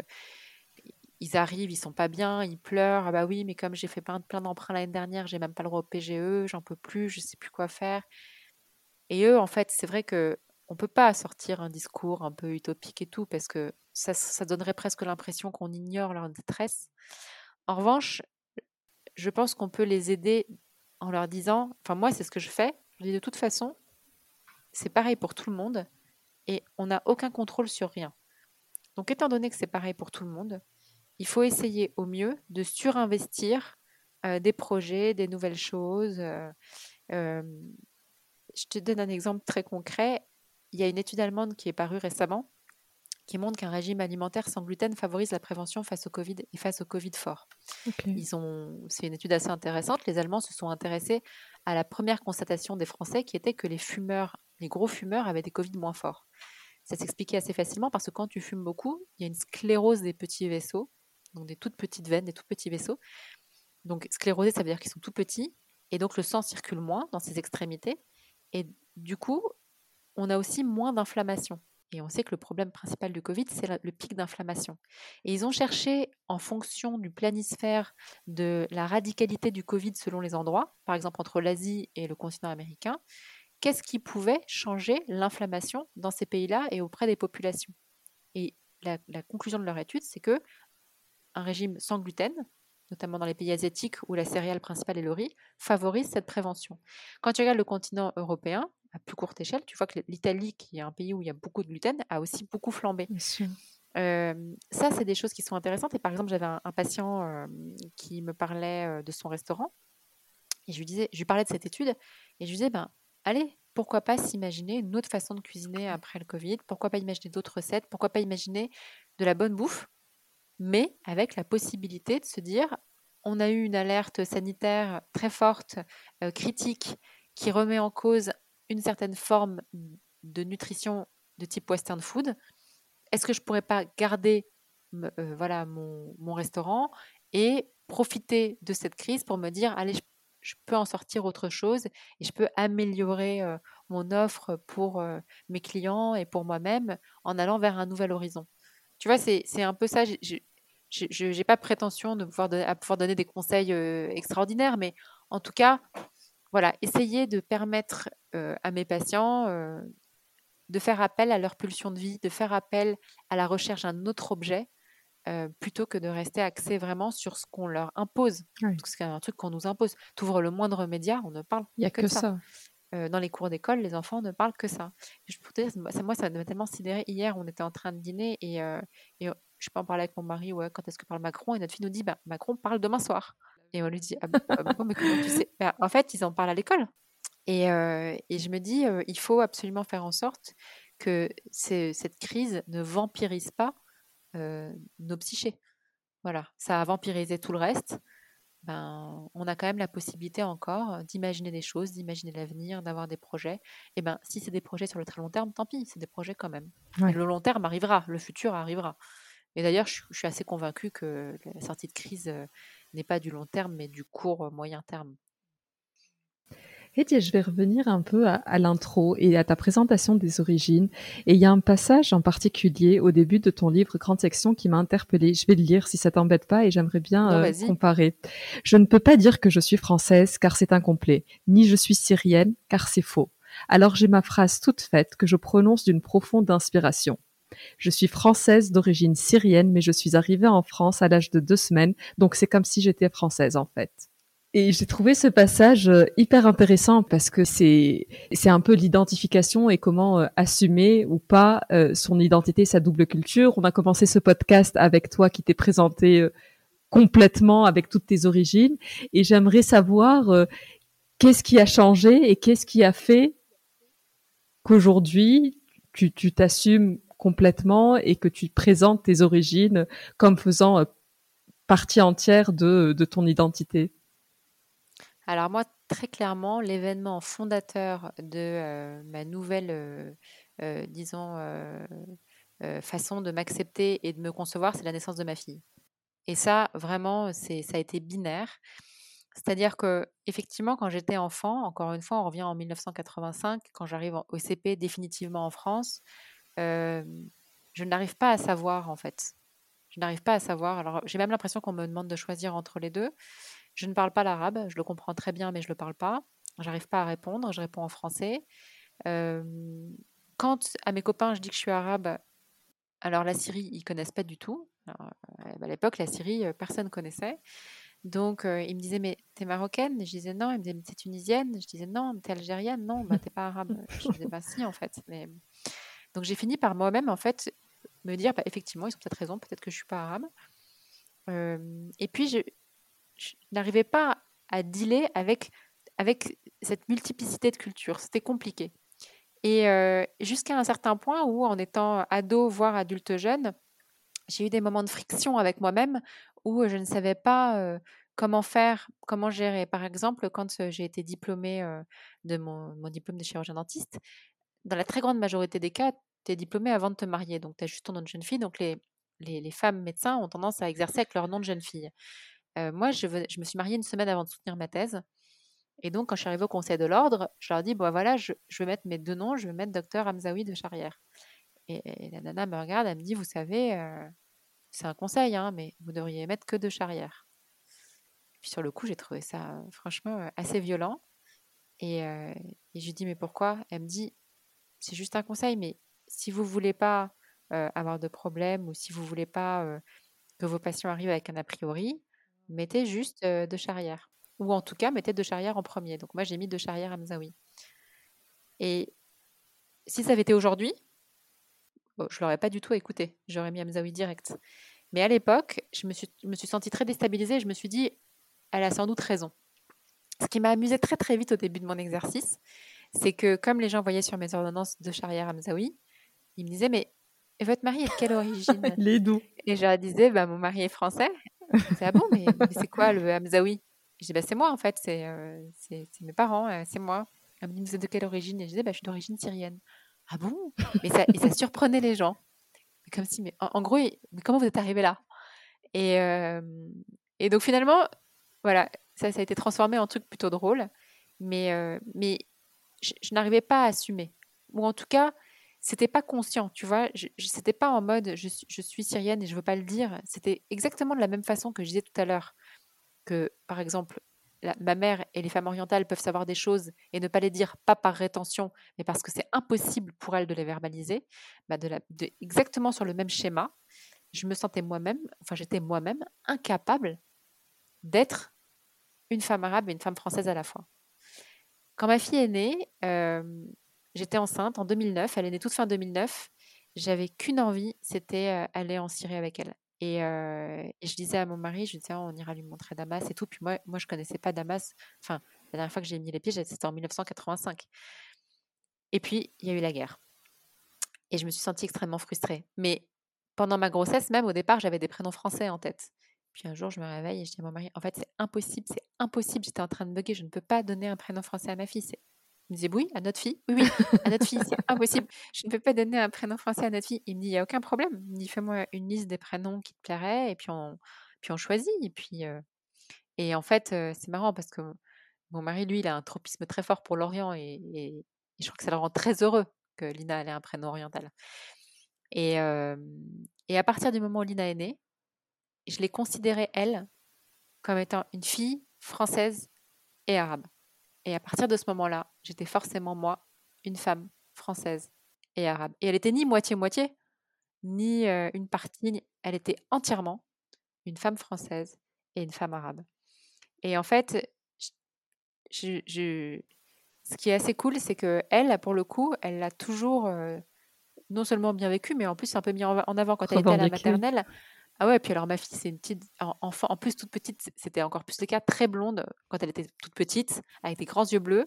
ils arrivent, ils sont pas bien, ils pleurent. Ah bah oui, mais comme j'ai fait plein, plein d'emprunts l'année dernière, j'ai même pas le droit au P G E, j'en peux plus, je sais plus quoi faire. Et eux, en fait, c'est vrai que on peut pas sortir un discours un peu utopique et tout, parce que ça, ça donnerait presque l'impression qu'on ignore leur détresse. En revanche, je pense qu'on peut les aider en leur disant, enfin moi, c'est ce que je fais. Je dis de toute façon, c'est pareil pour tout le monde et on n'a aucun contrôle sur rien. Donc, étant donné que c'est pareil pour tout le monde, il faut essayer au mieux de surinvestir euh, des projets, des nouvelles choses. Euh, euh, je te donne un exemple très concret. Il y a une étude allemande qui est parue récemment qui montre qu'un régime alimentaire sans gluten favorise la prévention face au Covid et face au Covid fort. Okay. Ils ont, c'est une étude assez intéressante. Les Allemands se sont intéressés à la première constatation des Français qui était que les fumeurs, les gros fumeurs avaient des Covid moins forts. Ça s'expliquait assez facilement parce que quand tu fumes beaucoup, il y a une sclérose des petits vaisseaux, donc des toutes petites veines, des tout petits vaisseaux. Donc sclérosés, ça veut dire qu'ils sont tout petits et donc le sang circule moins dans ces extrémités. Et du coup, on a aussi moins d'inflammation. Et on sait que le problème principal du Covid, c'est le pic d'inflammation. Et ils ont cherché, en fonction du planisphère, de la radicalité du Covid selon les endroits, par exemple entre l'Asie et le continent américain, qu'est-ce qui pouvait changer l'inflammation dans ces pays-là et auprès des populations. Et la, la conclusion de leur étude, c'est que un régime sans gluten, notamment dans les pays asiatiques où la céréale principale est le riz, favorise cette prévention. Quand tu regardes le continent européen, à plus courte échelle, tu vois que l'Italie, qui est un pays où il y a beaucoup de gluten, a aussi beaucoup flambé. Bien sûr. Euh, ça, c'est des choses qui sont intéressantes. Et par exemple, j'avais un, un patient euh, qui me parlait euh, de son restaurant. Et je lui, disais, je lui parlais de cette étude. Et je lui disais, ben, allez, pourquoi pas s'imaginer une autre façon de cuisiner après le Covid? Pourquoi pas imaginer d'autres recettes? Pourquoi pas imaginer de la bonne bouffe mais avec la possibilité de se dire, on a eu une alerte sanitaire très forte, euh, critique, qui remet en cause une certaine forme de nutrition de type western food. Est-ce que je pourrais pas garder me- euh, voilà, mon, mon restaurant et profiter de cette crise pour me dire, allez, je, je peux en sortir autre chose et je peux améliorer euh, mon offre pour euh, mes clients et pour moi-même en allant vers un nouvel horizon. Tu vois, c'est, c'est un peu ça. j'ai- j'ai- j'ai- Je n'ai pas prétention de pouvoir, donner- à pouvoir donner des conseils euh, extraordinaires, mais en tout cas, voilà, essayer de permettre euh, à mes patients euh, de faire appel à leur pulsion de vie, de faire appel à la recherche d'un autre objet, euh, plutôt que de rester axé vraiment sur ce qu'on leur impose. Ouais. Parce que c'est un truc qu'on nous impose. Tu ouvres le moindre média, on ne parle Il y a que de que ça. ça. Euh, dans les cours d'école, les enfants ne parlent que ça. Je peux te dire, ça, moi, ça m'a tellement sidéré. Hier, on était en train de dîner et, euh, et euh, je peux en parler avec mon mari, ouais, quand est-ce que parle Macron? Et notre fille nous dit, bah, Macron parle demain soir. Et on lui dit, ah, ah bon, mais comment tu sais? Bah, en fait, ils en parlent à l'école. Et, euh, et je me dis, euh, il faut absolument faire en sorte que c'est- cette crise ne vampirise pas euh, nos psychés. Voilà, ça a vampirisé tout le reste. Ben, on a quand même la possibilité encore d'imaginer des choses, d'imaginer l'avenir, d'avoir des projets. Et ben, si c'est des projets sur le très long terme, tant pis, c'est des projets quand même. Mais Ouais. le long terme arrivera, le futur arrivera. Et d'ailleurs, je, je suis assez convaincue que la sortie de crise euh, n'est pas du long terme, mais du court euh, moyen terme. Et tiens, je vais revenir un peu à, à l'intro et à ta présentation des origines. Et il y a un passage en particulier au début de ton livre Grande Section qui m'a interpellée. Je vais le lire si ça t'embête pas et j'aimerais bien Non, euh, vas-y. comparer. Je ne peux pas dire que je suis française car c'est incomplet, ni je suis syrienne car c'est faux. Alors j'ai ma phrase toute faite que je prononce d'une profonde inspiration. Je suis française d'origine syrienne, mais je suis arrivée en France à l'âge de deux semaines, donc c'est comme si j'étais française en fait. Et j'ai trouvé ce passage euh, hyper intéressant parce que c'est c'est un peu l'identification et comment euh, assumer ou pas euh, son identité, sa double culture. On a commencé ce podcast avec toi qui t'es présenté euh, complètement avec toutes tes origines et j'aimerais savoir euh, qu'est-ce qui a changé et qu'est-ce qui a fait qu'aujourd'hui tu tu t'assumes complètement et que tu présentes tes origines comme faisant euh, partie entière de de ton identité. Alors moi, très clairement, l'événement fondateur de euh, ma nouvelle, euh, euh, disons, euh, euh, façon de m'accepter et de me concevoir, c'est la naissance de ma fille. Et ça, vraiment, c'est, ça a été binaire. C'est-à-dire que, effectivement, quand j'étais enfant, encore une fois, on revient en mille neuf cent quatre-vingt-cinq, quand j'arrive en- au C P définitivement en France, euh, je n'arrive pas à savoir, en fait. Je n'arrive pas à savoir. Alors, j'ai même l'impression qu'on me demande de choisir entre les deux. Je ne parle pas l'arabe, je le comprends très bien, mais je ne le parle pas. J'arrive pas à répondre, je réponds en français. Euh, Quand à mes copains je dis que je suis arabe, alors la Syrie, ils connaissent pas du tout. Alors, euh, à l'époque, la Syrie, euh, personne connaissait. Donc, euh, ils me disaient, mais t'es marocaine? Je disais non. Ils me disaient, mais t'es tunisienne? Je disais non. T'es algérienne? Non, bah t'es pas arabe. Je disais, bah si, en fait. Mais... Donc, j'ai fini par moi-même, en fait, me dire, bah, effectivement, ils ont peut-être raison, peut-être que je suis pas arabe. Euh, et puis, je, je n'arrivais pas à dealer avec, avec cette multiplicité de cultures. C'était compliqué. Et euh, jusqu'à un certain point où, en étant ado, voire adulte jeune, j'ai eu des moments de friction avec moi-même où je ne savais pas euh, comment faire, comment gérer. Par exemple, quand euh, j'ai été diplômée euh, de mon, mon diplôme de chirurgien dentiste, dans la très grande majorité des cas, tu es diplômée avant de te marier. Donc, tu as juste ton nom de jeune fille. Donc, les, les, les femmes médecins ont tendance à exercer avec leur nom de jeune fille. Euh, moi, je, venais- je me suis mariée une semaine avant de soutenir ma thèse. Et donc, quand je suis arrivée au Conseil de l'Ordre, je leur dis, bon, voilà, je, je vais mettre mes deux noms, je vais mettre docteur Hamzaoui de Charrière. Et, et la nana me regarde, elle me dit, vous savez, euh, c'est un conseil, hein, mais vous devriez mettre que de Charrière. Puis sur le coup, j'ai trouvé ça, euh, franchement, euh, assez violent. Et, euh, et je lui dis, mais pourquoi? Elle me dit, c'est juste un conseil, mais si vous voulez pas euh, avoir de problème ou si vous voulez pas euh, que vos patients arrivent avec un a priori, mettez juste euh, de Charrière. Ou en tout cas, mettez de Charrière en premier. Donc moi, j'ai mis de Charrière à Mzaoui. Et si ça avait été aujourd'hui, bon, je l'aurais pas du tout écouté. J'aurais mis Hamzaoui direct. Mais à l'époque, je me suis, je me suis sentie très déstabilisée. Je me suis dit, elle a sans doute raison. Ce qui m'a amusé très très vite au début de mon exercice, c'est que comme les gens voyaient sur mes ordonnances de Charrière Hamzaoui, ils me disaient, mais et votre mari est de quelle origine? Il est doux. Et je leur disais, bah, mon mari est français. C'est ah bon, mais, mais c'est quoi le Hamzaoui? Je dis, bah, c'est moi en fait, c'est euh, c'est c'est mes parents, euh, c'est moi. Elle me dit, vous êtes de quelle origine? Et je disais, bah, je suis d'origine syrienne. Ah bon? Mais ça, et ça surprenait les gens. Comme si, mais en, en gros, il- mais comment vous êtes arrivé là? Et, euh, et donc finalement, voilà, ça, ça a été transformé en truc plutôt drôle. Mais, euh, mais je, je n'arrivais pas à assumer. Ou en tout cas, c'était pas conscient, tu vois. Je, je- c'était pas en mode je, suis- je suis syrienne et je veux pas le dire. C'était exactement de la même façon que je disais tout à l'heure que, par exemple, la- ma mère et les femmes orientales peuvent savoir des choses et ne pas les dire, pas par rétention, mais parce que c'est impossible pour elles de les verbaliser. Bah, de la, de- exactement sur le même schéma, je me sentais moi-même, enfin j'étais moi-même incapable d'être une femme arabe et une femme française à la fois. Quand ma fille est née, euh, j'étais enceinte en deux mille neuf. Elle est née toute fin deux mille neuf. J'avais qu'une envie, c'était euh, aller en Syrie avec elle. Et, euh, et je disais à mon mari, je lui disais, oh, on ira lui montrer Damas et tout. Puis moi, moi je connaissais pas Damas. Enfin, la dernière fois que j'ai mis les pieds, c'était en mille neuf cent quatre-vingt-cinq. Et puis, il y a eu la guerre. Et je me suis sentie extrêmement frustrée. Mais pendant ma grossesse, même au départ, j'avais des prénoms français en tête. Puis un jour, je me réveille et je dis à mon mari, en fait, c'est impossible, c'est impossible. J'étais en train de bugger, je ne peux pas donner un prénom français à ma fille. C'est... Il me disait, oui, à notre fille. Oui, oui, à notre fille, c'est impossible. Je ne peux pas donner un prénom français à notre fille. Il me dit, il n'y a aucun problème. Il me dit, fais-moi une liste des prénoms qui te plairaient et puis on, puis on choisit. Et puis, euh, et en fait, euh, c'est marrant parce que mon mari, lui, il a un tropisme très fort pour l'Orient et, et, et je crois que ça le rend très heureux que Lina ait un prénom oriental. Et, euh, et à partir du moment où Lina est née, je l'ai considérée, elle, comme étant une fille française et arabe. Et à partir de ce moment-là, j'étais forcément, moi, une femme française et arabe. Et elle était ni moitié-moitié, ni euh, une partie, ni- elle était entièrement une femme française et une femme arabe. Et en fait, je, je- ce qui est assez cool, c'est que elle, pour le coup, elle l'a toujours euh, non seulement bien vécu, mais en plus un peu mis en en avant quand elle était à la Revendiqué. maternelle. Ah ouais, puis alors ma fille, c'est une petite en- enfant, en plus toute petite, c- c'était encore plus le cas, très blonde quand elle était toute petite, avec des grands yeux bleus.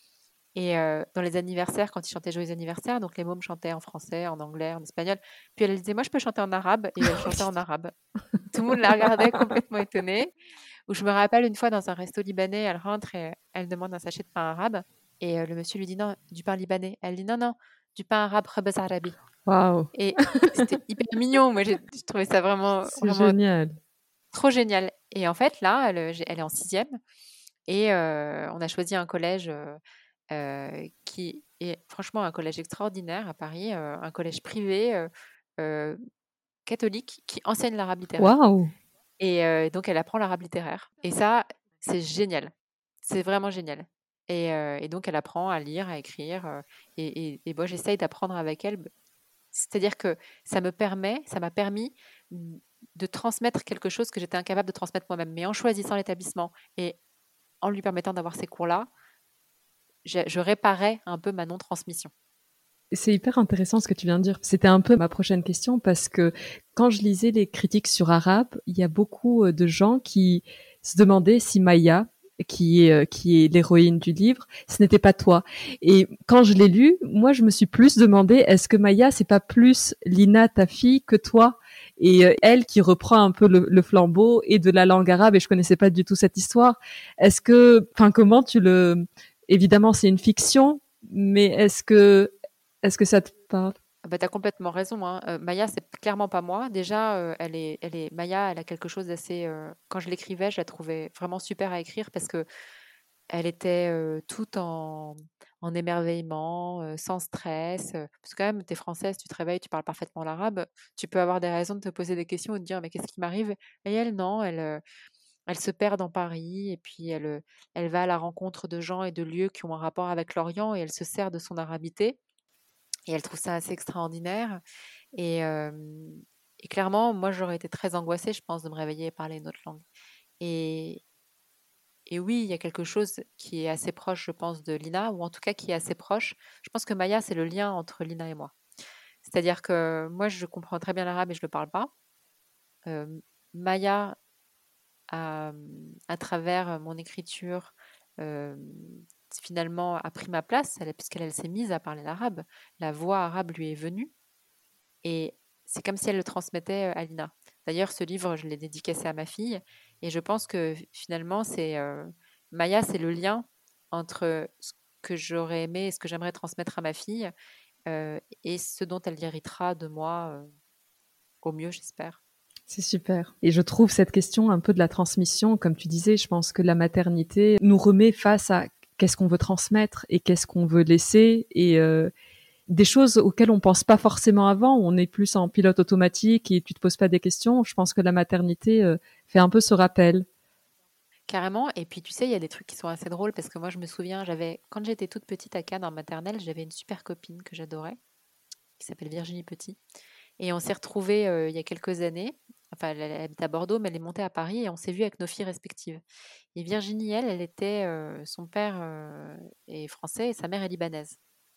Et euh, dans les anniversaires, quand ils chantaient Joyeux anniversaire, donc les mômes chantaient en français, en anglais, en espagnol. Puis elle disait, moi je peux chanter en arabe, et elle chantait en arabe. Tout le monde la regardait complètement étonnée. Ou je me rappelle une fois dans un resto libanais, elle rentre et elle demande un sachet de pain arabe. Et euh, le monsieur lui dit non, du pain libanais. Elle dit non, non, du pain arabe, khabaz arabi. Waouh, Et c'était hyper mignon. Moi, j'ai j'ai trouvé ça vraiment, c'est vraiment génial. trop génial. Et en fait, là, elle, j'ai- elle est en sixième et euh, on a choisi un collège euh, euh, qui est franchement un collège extraordinaire à Paris, euh, un collège privé euh, euh, catholique qui enseigne l'arabe littéraire. Waouh. Et euh, donc, elle apprend l'arabe littéraire. Et ça, c'est génial. C'est vraiment génial. Et, euh, et donc, elle apprend à lire, à écrire. euh, et, et, et moi, j'essaye d'apprendre avec elle. C'est-à-dire que ça me permet, ça m'a permis mm, de transmettre quelque chose que j'étais incapable de transmettre moi-même. Mais en choisissant l'établissement et en lui permettant d'avoir ces cours-là, je, je réparais un peu ma non-transmission. C'est hyper intéressant ce que tu viens de dire. C'était un peu ma prochaine question parce que quand je lisais les critiques sur Arabe, il y a beaucoup euh, de gens qui se demandaient si Maya, qui est, euh, qui est l'héroïne du livre, ce n'était pas toi. Et quand je l'ai lu, moi, je me suis plus demandé, est-ce que Maya, c'est pas plus Lina, ta fille, que toi? Et euh, elle qui reprend un peu le, le flambeau et de la langue arabe, et je connaissais pas du tout cette histoire. Est-ce que, enfin, comment tu le, évidemment, c'est une fiction, mais est-ce que est-ce que ça te parle? Ah bah, tu as complètement raison, hein. Euh, Maya, c'est clairement pas moi. Déjà, euh, elle est, elle est, Maya, elle a quelque chose d'assez. Euh, quand je l'écrivais, je la trouvais vraiment super à écrire parce que elle était euh, toute en, en émerveillement, euh, sans stress. euh, Parce que quand même, tu es française, tu te réveilles, tu parles parfaitement l'arabe. Tu peux avoir des raisons de te poser des questions ou de dire, mais qu'est-ce qui m'arrive? Et elle, non, elle, euh, elle se perd dans Paris et puis elle, euh, elle va à la rencontre de gens et de lieux qui ont un rapport avec l'Orient et elle se sert de son arabité. Et elle trouve ça assez extraordinaire. Et, hem et clairement, moi, j'aurais été très angoissée, je pense, de me réveiller et parler une autre langue. Et et oui, il y a quelque chose qui est assez proche, je pense, de Lina, ou en tout cas qui est assez proche. Je pense que Maya, c'est le lien entre Lina et moi. C'est-à-dire que moi, je comprends très bien l'arabe et je le parle pas. Hem, Maya, à, mmh, à travers mon écriture, hem, finalement a pris ma place, elle puisqu'elle elle s'est mise à parler l'arabe. La voix arabe lui est venue. Et c'est comme si elle le transmettait euh, à Lina. D'ailleurs, ce livre, je l'ai dédicacé à ma fille. Et je pense que finalement, c'est euh, Maya, c'est le lien entre ce que j'aurais aimé et ce que j'aimerais transmettre à ma fille euh, et ce dont elle héritera de moi euh, au mieux, j'espère. C'est super. Et je trouve cette question un peu de la transmission, comme tu disais, je pense que la maternité nous remet face à qu'est-ce qu'on veut transmettre et qu'est-ce qu'on veut laisser et euh, des choses auxquelles on pense pas forcément avant. On est plus en pilote automatique et tu te poses pas des questions. Je pense que la maternité euh, fait un peu ce rappel. Carrément. Et puis, tu sais, il y a des trucs qui sont assez drôles parce que moi, je me souviens, j'avais, quand j'étais toute petite à Cannes en maternelle, j'avais une super copine que j'adorais, qui s'appelle Virginie Petit. Et on s'est retrouvés euh, il y a quelques années. Enfin, elle, elle habite à Bordeaux, mais elle est montée à Paris et on s'est vus avec nos filles respectives. Et Virginie, elle, elle était, euh, son père euh, est français et sa mère est libanaise.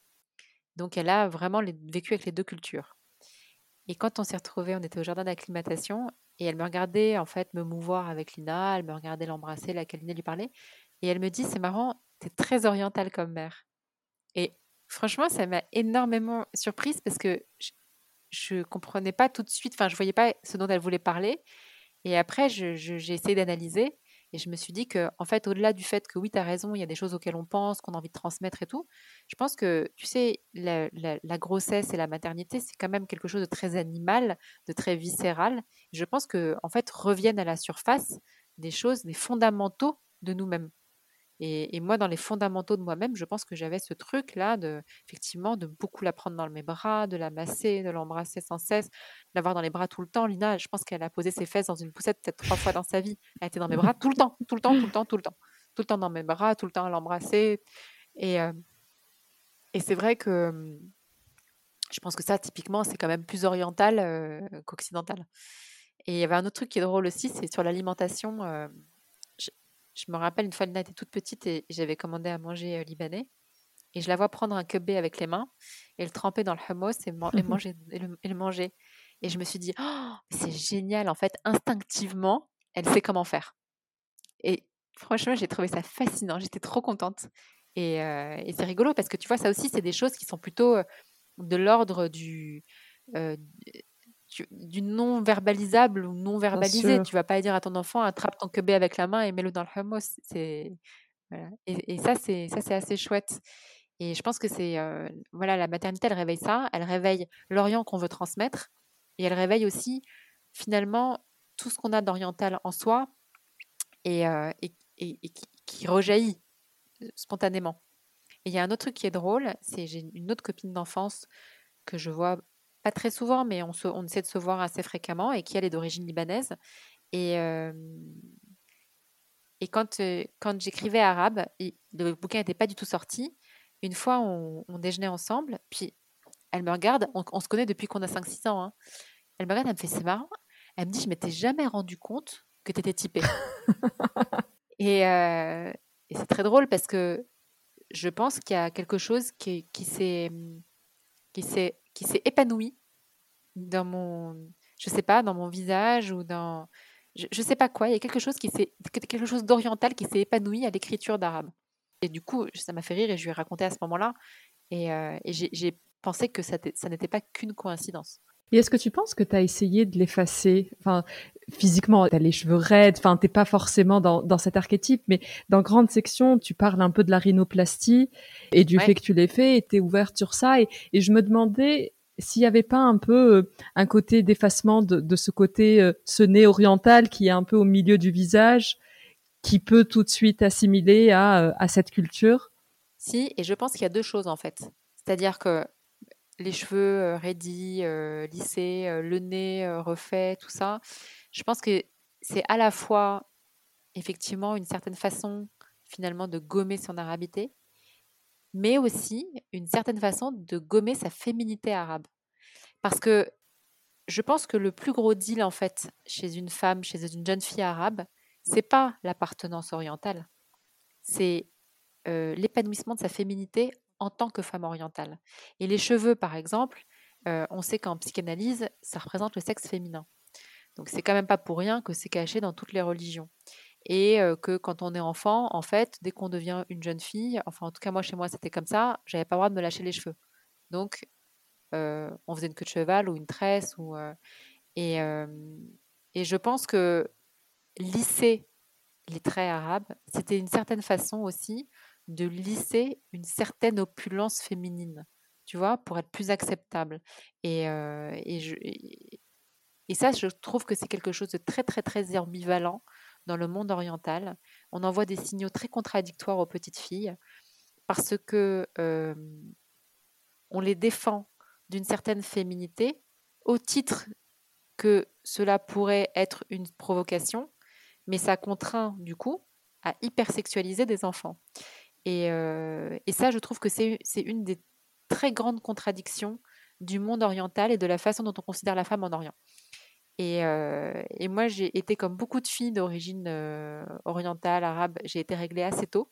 Donc, elle a vraiment les- vécu avec les deux cultures. Et quand on s'est retrouvés, on était au jardin d'acclimatation et elle me regardait en fait me mouvoir avec Lina, elle me regardait l'embrasser, la câliner, lui parler. Et elle me dit, c'est marrant, t'es très orientale comme mère. Et franchement, ça m'a énormément surprise parce que je, je comprenais pas tout de suite, enfin, je voyais pas ce dont elle voulait parler. Et après, je- je- j'ai essayé d'analyser et je me suis dit que, en fait, au-delà du fait que oui, tu as raison, il y a des choses auxquelles on pense, qu'on a envie de transmettre et tout, je pense que, tu sais, la, la- la grossesse et la maternité, c'est quand même quelque chose de très animal, de très viscéral. Je pense que, en fait, reviennent à la surface des choses, des fondamentaux de nous-mêmes. Et, et moi, dans les fondamentaux de moi-même, je pense que j'avais ce truc-là de, effectivement, de beaucoup la prendre dans mes bras, de la masser, de l'embrasser sans cesse, l'avoir dans les bras tout le temps. Lina, je pense qu'elle a posé ses fesses dans une poussette peut-être trois fois dans sa vie. Elle était dans mes bras tout le temps, tout le temps, tout le temps, tout le temps. Tout le temps dans mes bras, tout le temps à l'embrasser. Et, euh, et c'est vrai que hum, je pense que ça, typiquement, c'est quand même plus oriental euh, qu'occidental. Et il y avait un autre truc qui est drôle aussi, c'est sur l'alimentation. euh, je, je me rappelle une fois, Lina était toute petite et j'avais commandé à manger euh, libanais. Et je la vois prendre un kebab avec les mains et le tremper dans le hummus et, man- et manger, et, le, et le manger. Et je me suis dit, oh, c'est génial, en fait, instinctivement, elle sait comment faire. Et franchement, j'ai trouvé ça fascinant, j'étais trop contente. Et, euh, et c'est rigolo parce que tu vois, ça aussi, c'est des choses qui sont plutôt euh, de l'ordre du, euh, du, du non verbalisable ou non Bien verbalisé. Tu sûr. vas pas dire à ton enfant, attrape ton kebab avec la main et mets-le dans le hummus. C'est, voilà. Et, et ça, c'est ça, c'est assez chouette. Et je pense que c'est euh, voilà, la maternité, elle réveille ça, elle réveille l'Orient qu'on veut transmettre, et elle réveille aussi finalement tout ce qu'on a d'oriental en soi et, euh, et, et- et qui, qui rejaillit euh, spontanément. Et il y a un autre truc qui est drôle, c'est j'ai une autre copine d'enfance que je vois pas très souvent, mais on, se, on essaie de se voir assez fréquemment et qui elle est d'origine libanaise. Et, euh, et quand, euh, quand j'écrivais arabe, et le bouquin n'était pas du tout sorti, une fois on, on déjeunait ensemble, puis elle me regarde, on, on se connaît depuis qu'on a cinq six ans, hein. Elle me regarde, elle me fait c'est marrant. Elle me dit je m'étais jamais rendu compte que tu étais typée. Et, euh, et c'est très drôle parce que je pense qu'il y a quelque chose qui, qui s'est qui s'est qui s'est épanoui dans mon je sais pas dans mon visage ou dans je, je sais pas quoi. Il y a quelque chose qui s'est quelque chose d'oriental qui s'est épanoui à l'écriture d'arabe. Et du coup ça m'a fait rire et je lui ai raconté à ce moment-là et, euh, et j'ai j'ai pensé que ça, ça n'était pas qu'une coïncidence. Et est-ce que tu penses que tu as essayé de l'effacer? Enfin, physiquement, tu as les cheveux raides, enfin, t'es pas forcément dans, dans cet archétype, mais dans grande section, tu parles un peu de la rhinoplastie et du Ouais. fait que tu l'aies fait et t'es ouverte sur ça. Et, et je me demandais s'il y avait pas un peu euh, un côté d'effacement de, de ce côté, euh, ce nez oriental qui est un peu au milieu du visage, qui peut tout de suite assimiler à, euh, à cette culture. Si, et je pense qu'il y a deux choses en fait. C'est-à-dire que les cheveux euh, raidis, euh, lissés, euh, le nez euh, refait, tout ça, je pense que c'est à la fois effectivement une certaine façon finalement de gommer son arabité, mais aussi une certaine façon de gommer sa féminité arabe. Parce que je pense que le plus gros deal en fait chez une femme, chez une jeune fille arabe, c'est pas l'appartenance orientale, c'est euh, l'épanouissement de sa féminité en tant que femme orientale. Et les cheveux, par exemple, euh, on sait qu'en psychanalyse, ça représente le sexe féminin. Donc c'est quand même pas pour rien que c'est caché dans toutes les religions. Et euh, que quand on est enfant, en fait, dès qu'on devient une jeune fille, enfin en tout cas moi chez moi c'était comme ça, j'avais pas le droit de me lâcher les cheveux. Donc euh, on faisait une queue de cheval ou une tresse. Ou, euh, et, euh, et je pense que lisser les traits arabes, c'était une certaine façon aussi de lisser une certaine opulence féminine, tu vois, pour être plus acceptable. Et, euh, et, je, et, et ça, je trouve que c'est quelque chose de très, très, très ambivalent dans le monde oriental. On envoie des signaux très contradictoires aux petites filles parce que euh, on les défend d'une certaine féminité au titre que cela pourrait être une provocation, mais ça contraint du coup à hypersexualiser des enfants. Et, euh, et ça, je trouve que c'est, c'est une des très grandes contradictions du monde oriental et de la façon dont on considère la femme en Orient. Et, euh, et moi, j'ai été comme beaucoup de filles d'origine euh, orientale, arabe, j'ai été réglée assez tôt.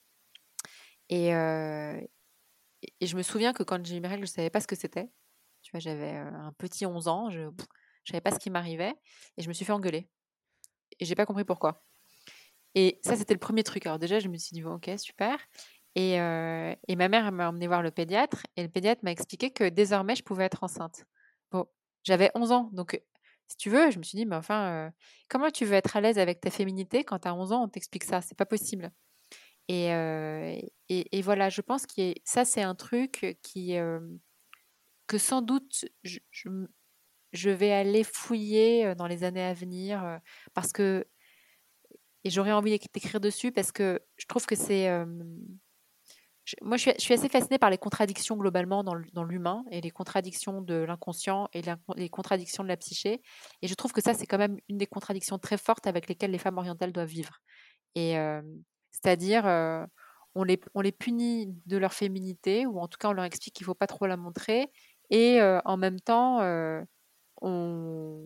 Et, euh, et je me souviens que quand j'ai eu mes règles, je ne savais pas ce que c'était. Tu vois, j'avais euh, un petit onze ans, je ne savais pas ce qui m'arrivait et je me suis fait engueuler. Et j'ai pas compris pourquoi. Et ça, c'était le premier truc. Alors déjà, je me suis dit, bon, ok, super. Et, euh, et ma mère elle m'a emmené voir le pédiatre et le pédiatre m'a expliqué que désormais, je pouvais être enceinte. Bon, j'avais onze ans, donc si tu veux, je me suis dit, mais enfin, euh, comment tu veux être à l'aise avec ta féminité quand tu as onze ans, on t'explique ça, c'est pas possible. Et, euh, et, et voilà, je pense que ça, c'est un truc qui, euh, que sans doute, je, je, je vais aller fouiller dans les années à venir euh, parce que et j'aurais envie d'écrire dessus parce que je trouve que c'est. Euh, je, moi, je suis, je suis assez fascinée par les contradictions globalement dans, dans l'humain et les contradictions de l'inconscient et la, les contradictions de la psyché. Et je trouve que ça, c'est quand même une des contradictions très fortes avec lesquelles les femmes orientales doivent vivre. Et euh, c'est-à-dire, euh, on, les, on les punit de leur féminité, ou en tout cas, on leur explique qu'il ne faut pas trop la montrer. Et euh, en même temps, euh, on...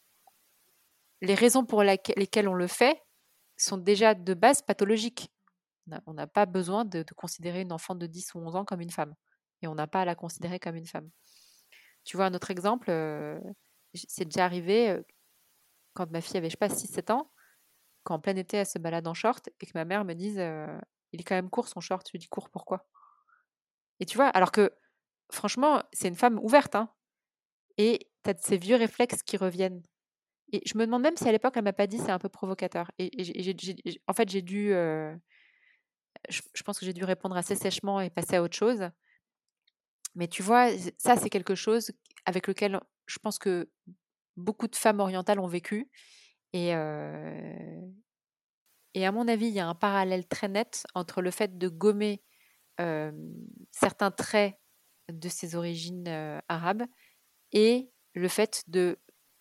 les raisons pour laquelle, lesquelles on le fait sont déjà de base pathologiques. On n'a pas besoin de, de considérer une enfant de dix ou onze ans comme une femme. Et on n'a pas à la considérer comme une femme. Tu vois, un autre exemple, euh, c'est déjà arrivé euh, quand ma fille avait, je sais pas, six sept ans, qu'en plein été, elle se balade en short et que ma mère me dise euh, il est quand même court son short. Je lui dis court pourquoi? Et tu vois, alors que franchement, c'est une femme ouverte, hein, et tu as ces vieux réflexes qui reviennent. Et je me demande même si à l'époque, elle m'a pas dit c'est un peu provocateur. Et, et j'ai, j'ai, j'ai, en fait, j'ai dû. Euh, je, je pense que j'ai dû répondre assez sèchement et passer à autre chose. Mais tu vois, ça, c'est quelque chose avec lequel je pense que beaucoup de femmes orientales ont vécu. Et, euh, et à mon avis, il y a un parallèle très net entre le fait de gommer euh, certains traits de ses origines euh, arabes et le fait de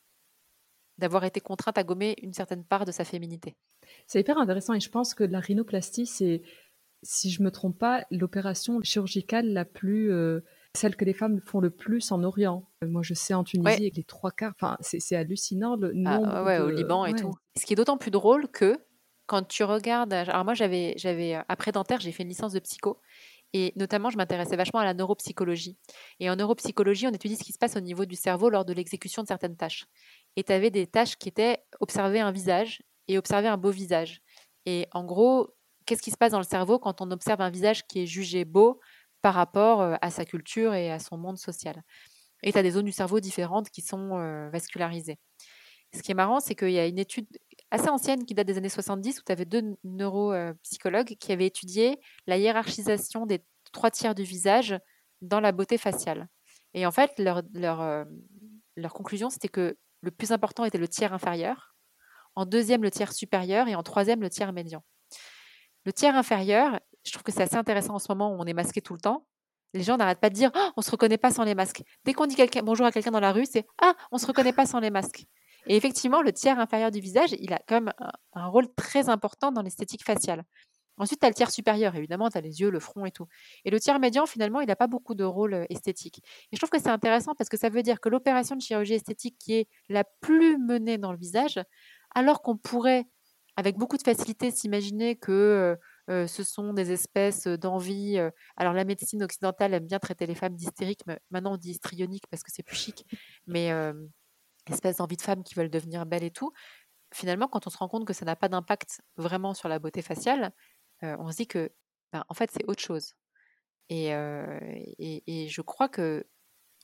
d'avoir été contrainte à gommer une certaine part de sa féminité. C'est hyper intéressant et je pense que la rhinoplastie, c'est, si je me trompe pas, l'opération chirurgicale la plus, euh, celle que les femmes font le plus en Orient. Euh, Moi, je sais en Tunisie, Ouais, avec les trois quarts, enfin, c'est, c'est hallucinant le ah, nombre ouais, au de... Liban et Ouais, tout. Ce qui est d'autant plus drôle que quand tu regardes, alors moi j'avais, j'avais après dentaire, j'ai fait une licence de psycho et notamment je m'intéressais vachement à la neuropsychologie. Et en neuropsychologie, on étudie ce qui se passe au niveau du cerveau lors de l'exécution de certaines tâches. Et tu avais des tâches qui étaient observer un visage et observer un beau visage. Et en gros, qu'est-ce qui se passe dans le cerveau quand on observe un visage qui est jugé beau par rapport euh, à sa culture et à son monde social? Et tu as des zones du cerveau différentes qui sont euh, vascularisées. Ce qui est marrant, c'est qu'il y a une étude assez ancienne qui date des années soixante-dix où tu avais deux neuropsychologues qui avaient étudié la hiérarchisation des trois tiers du visage dans la beauté faciale. Et en fait, leur, leur, euh, leur conclusion, c'était que le plus important était le tiers inférieur, en deuxième le tiers supérieur et en troisième le tiers médian. Le tiers inférieur, je trouve que c'est assez intéressant en ce moment où on est masqué tout le temps. Les gens n'arrêtent pas de dire oh, on ne se reconnaît pas sans les masques. Dès qu'on dit quelqu'un, bonjour à quelqu'un dans la rue, c'est ah, on ne se reconnaît pas sans les masques. Et effectivement, le tiers inférieur du visage, il a quand même un, un rôle très important dans l'esthétique faciale. Ensuite, tu as le tiers supérieur, évidemment, tu as les yeux, le front et tout. Et le tiers médian, finalement, il n'a pas beaucoup de rôle euh, esthétique. Et je trouve que c'est intéressant parce que ça veut dire que l'opération de chirurgie esthétique qui est la plus menée dans le visage, alors qu'on pourrait, avec beaucoup de facilité, s'imaginer que euh, euh, ce sont des espèces d'envie. euh, alors, la médecine occidentale aime bien traiter les femmes d'hystériques, mais maintenant on dit histrioniques parce que c'est plus chic. Mais euh, espèce d'envie de femmes qui veulent devenir belles et tout. Finalement, quand on se rend compte que ça n'a pas d'impact vraiment sur la beauté faciale, euh, on se dit que, ben, en fait, c'est autre chose. Et, euh, et, et je crois que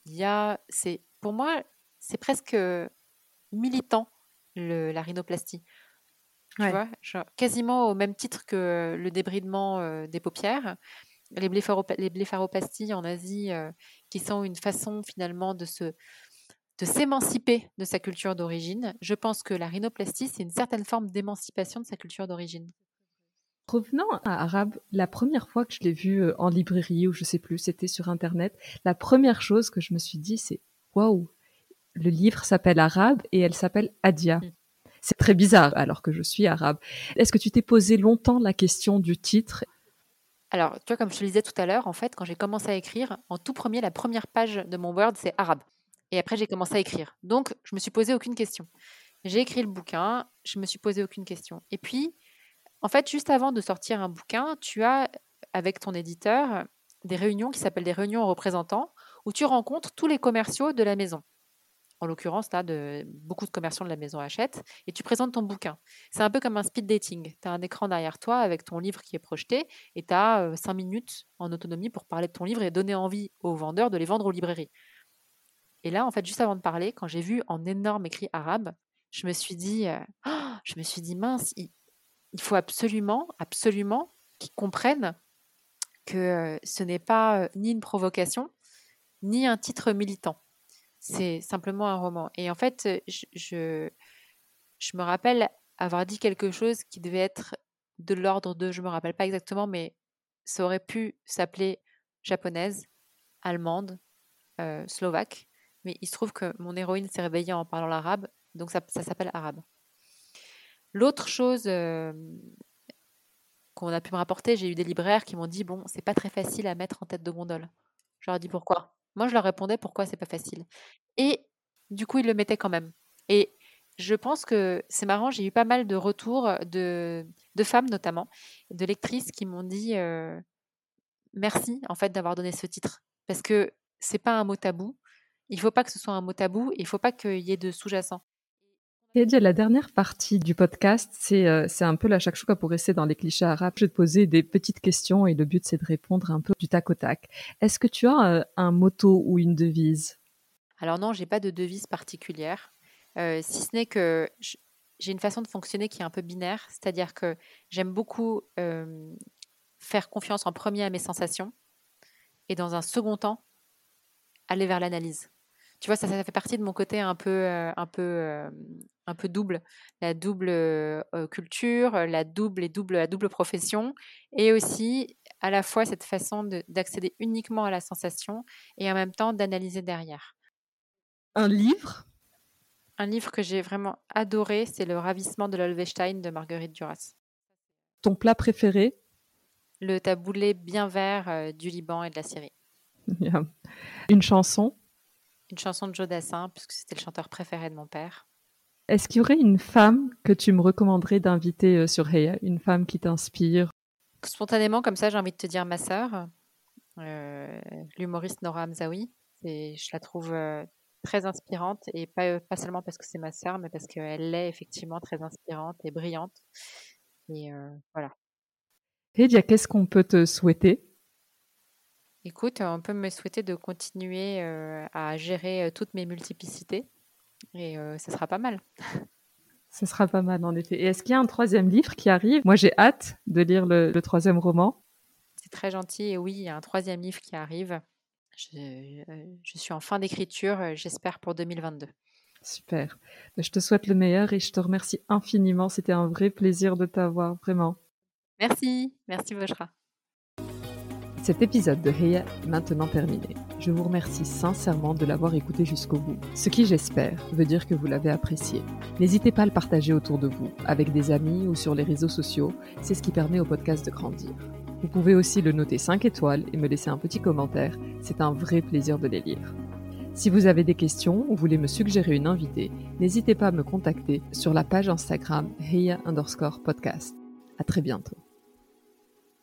Il y a, c'est, pour moi, c'est presque militant, le, la rhinoplastie. Tu Ouais. vois, genre, quasiment au même titre que le débridement euh, des paupières, les, blépharopa- les blépharoplasties en Asie, euh, qui sont une façon finalement de se de s'émanciper de sa culture d'origine. Je pense que la rhinoplastie, c'est une certaine forme d'émancipation de sa culture d'origine. Revenant à Arabe, la première fois que je l'ai vu euh, en librairie ou je sais plus, c'était sur internet, la première chose que je me suis dit, c'est waouh, le livre s'appelle Arabe et elle s'appelle Adia. Mm. C'est très bizarre alors que je suis arabe. Est-ce que tu t'es posé longtemps la question du titre? Alors, tu vois, comme je te le disais tout à l'heure, en fait, quand j'ai commencé à écrire, en tout premier, la première page de mon Word, c'est arabe. Et après, j'ai commencé à écrire. Donc, je me suis posé aucune question. J'ai écrit le bouquin, je me suis posé aucune question. Et puis, en fait, juste avant de sortir un bouquin, tu as, avec ton éditeur, des réunions qui s'appellent des réunions aux représentants, où tu rencontres tous les commerciaux de la maison. En l'occurrence, là, de, beaucoup de commerçants de la maison achètent, et tu présentes ton bouquin. C'est un peu comme un speed dating. Tu as un écran derrière toi avec ton livre qui est projeté, et tu as euh, cinq minutes en autonomie pour parler de ton livre et donner envie aux vendeurs de les vendre aux librairies. Et là, en fait, juste avant de parler, quand j'ai vu en énorme écrit arabe, je me suis dit, euh, oh, je me suis dit mince, il, il faut absolument, absolument qu'ils comprennent que euh, ce n'est pas euh, ni une provocation, ni un titre militant. C'est simplement un roman. Et en fait, je, je, je me rappelle avoir dit quelque chose qui devait être de l'ordre de, je me rappelle pas exactement, mais ça aurait pu s'appeler japonaise, allemande, euh, slovaque. Mais il se trouve que mon héroïne s'est réveillée en parlant l'arabe, donc ça, ça s'appelle arabe. L'autre chose euh, qu'on a pu me rapporter, j'ai eu des libraires qui m'ont dit, bon, c'est pas très facile à mettre en tête de gondole. Je leur ai dit pourquoi. Moi, je leur répondais pourquoi c'est pas facile. Et du coup, ils le mettaient quand même. Et je pense que c'est marrant, j'ai eu pas mal de retours de, de femmes notamment, de lectrices qui m'ont dit euh, merci en fait d'avoir donné ce titre. Parce que c'est pas un mot tabou. Il faut pas que ce soit un mot tabou, il faut pas qu'il y ait de sous-jacent. Et déjà, la dernière partie du podcast, c'est euh, c'est un peu la shakshuka pour rester dans les clichés arabes. Je vais te poser des petites questions et le but, c'est de répondre un peu du tac au tac. Est-ce que tu as euh, un motto ou une devise? Alors non, j'ai pas de devise particulière, euh, si ce n'est que je- j'ai une façon de fonctionner qui est un peu binaire, c'est-à-dire que j'aime beaucoup euh, faire confiance en premier à mes sensations et dans un second temps aller vers l'analyse. Tu vois, ça, ça fait partie de mon côté un peu, euh, un peu, euh, un peu double, la double euh, culture, la double et double, la double profession, et aussi à la fois cette façon de- d'accéder uniquement à la sensation et en même temps d'analyser derrière. Un livre? Un livre que j'ai vraiment adoré, c'est Le ravissement de l'Holvestein de Marguerite Duras. Ton plat préféré? Le taboulé bien vert euh, du Liban et de la Syrie. Une chanson? Une chanson de Joe Dassin, puisque c'était le chanteur préféré de mon père. Est-ce qu'il y aurait une femme que tu me recommanderais d'inviter euh, sur Heya? Une femme qui t'inspire? Spontanément, comme ça, j'ai envie de te dire ma sœur, euh, l'humoriste Nora Hamzaoui. Et je la trouve euh, très inspirante, et pas, pas seulement parce que c'est ma sœur, mais parce qu'elle est effectivement très inspirante et brillante. Et euh, voilà. Hedia, qu'est-ce qu'on peut te souhaiter? Écoute, on peut me souhaiter de continuer euh, à gérer euh, toutes mes multiplicités, et euh, ça sera pas mal. Ce sera pas mal, en effet. Et est-ce qu'il y a un troisième livre qui arrive? Moi, j'ai hâte de lire le, le troisième roman. C'est très gentil. Et oui, il y a un troisième livre qui arrive. Je, euh, je suis en fin d'écriture, euh, j'espère pour deux mille vingt-deux. Super. Je te souhaite le meilleur et je te remercie infiniment. C'était un vrai plaisir de t'avoir, vraiment. Merci, merci Boshra. Cet épisode de Heya est maintenant terminé. Je vous remercie sincèrement de l'avoir écouté jusqu'au bout, ce qui, j'espère, veut dire que vous l'avez apprécié. N'hésitez pas à le partager autour de vous, avec des amis ou sur les réseaux sociaux, c'est ce qui permet au podcast de grandir. Vous pouvez aussi le noter cinq étoiles et me laisser un petit commentaire, c'est un vrai plaisir de les lire. Si vous avez des questions ou voulez me suggérer une invitée, n'hésitez pas à me contacter sur la page Instagram Heya underscore podcast. À très bientôt.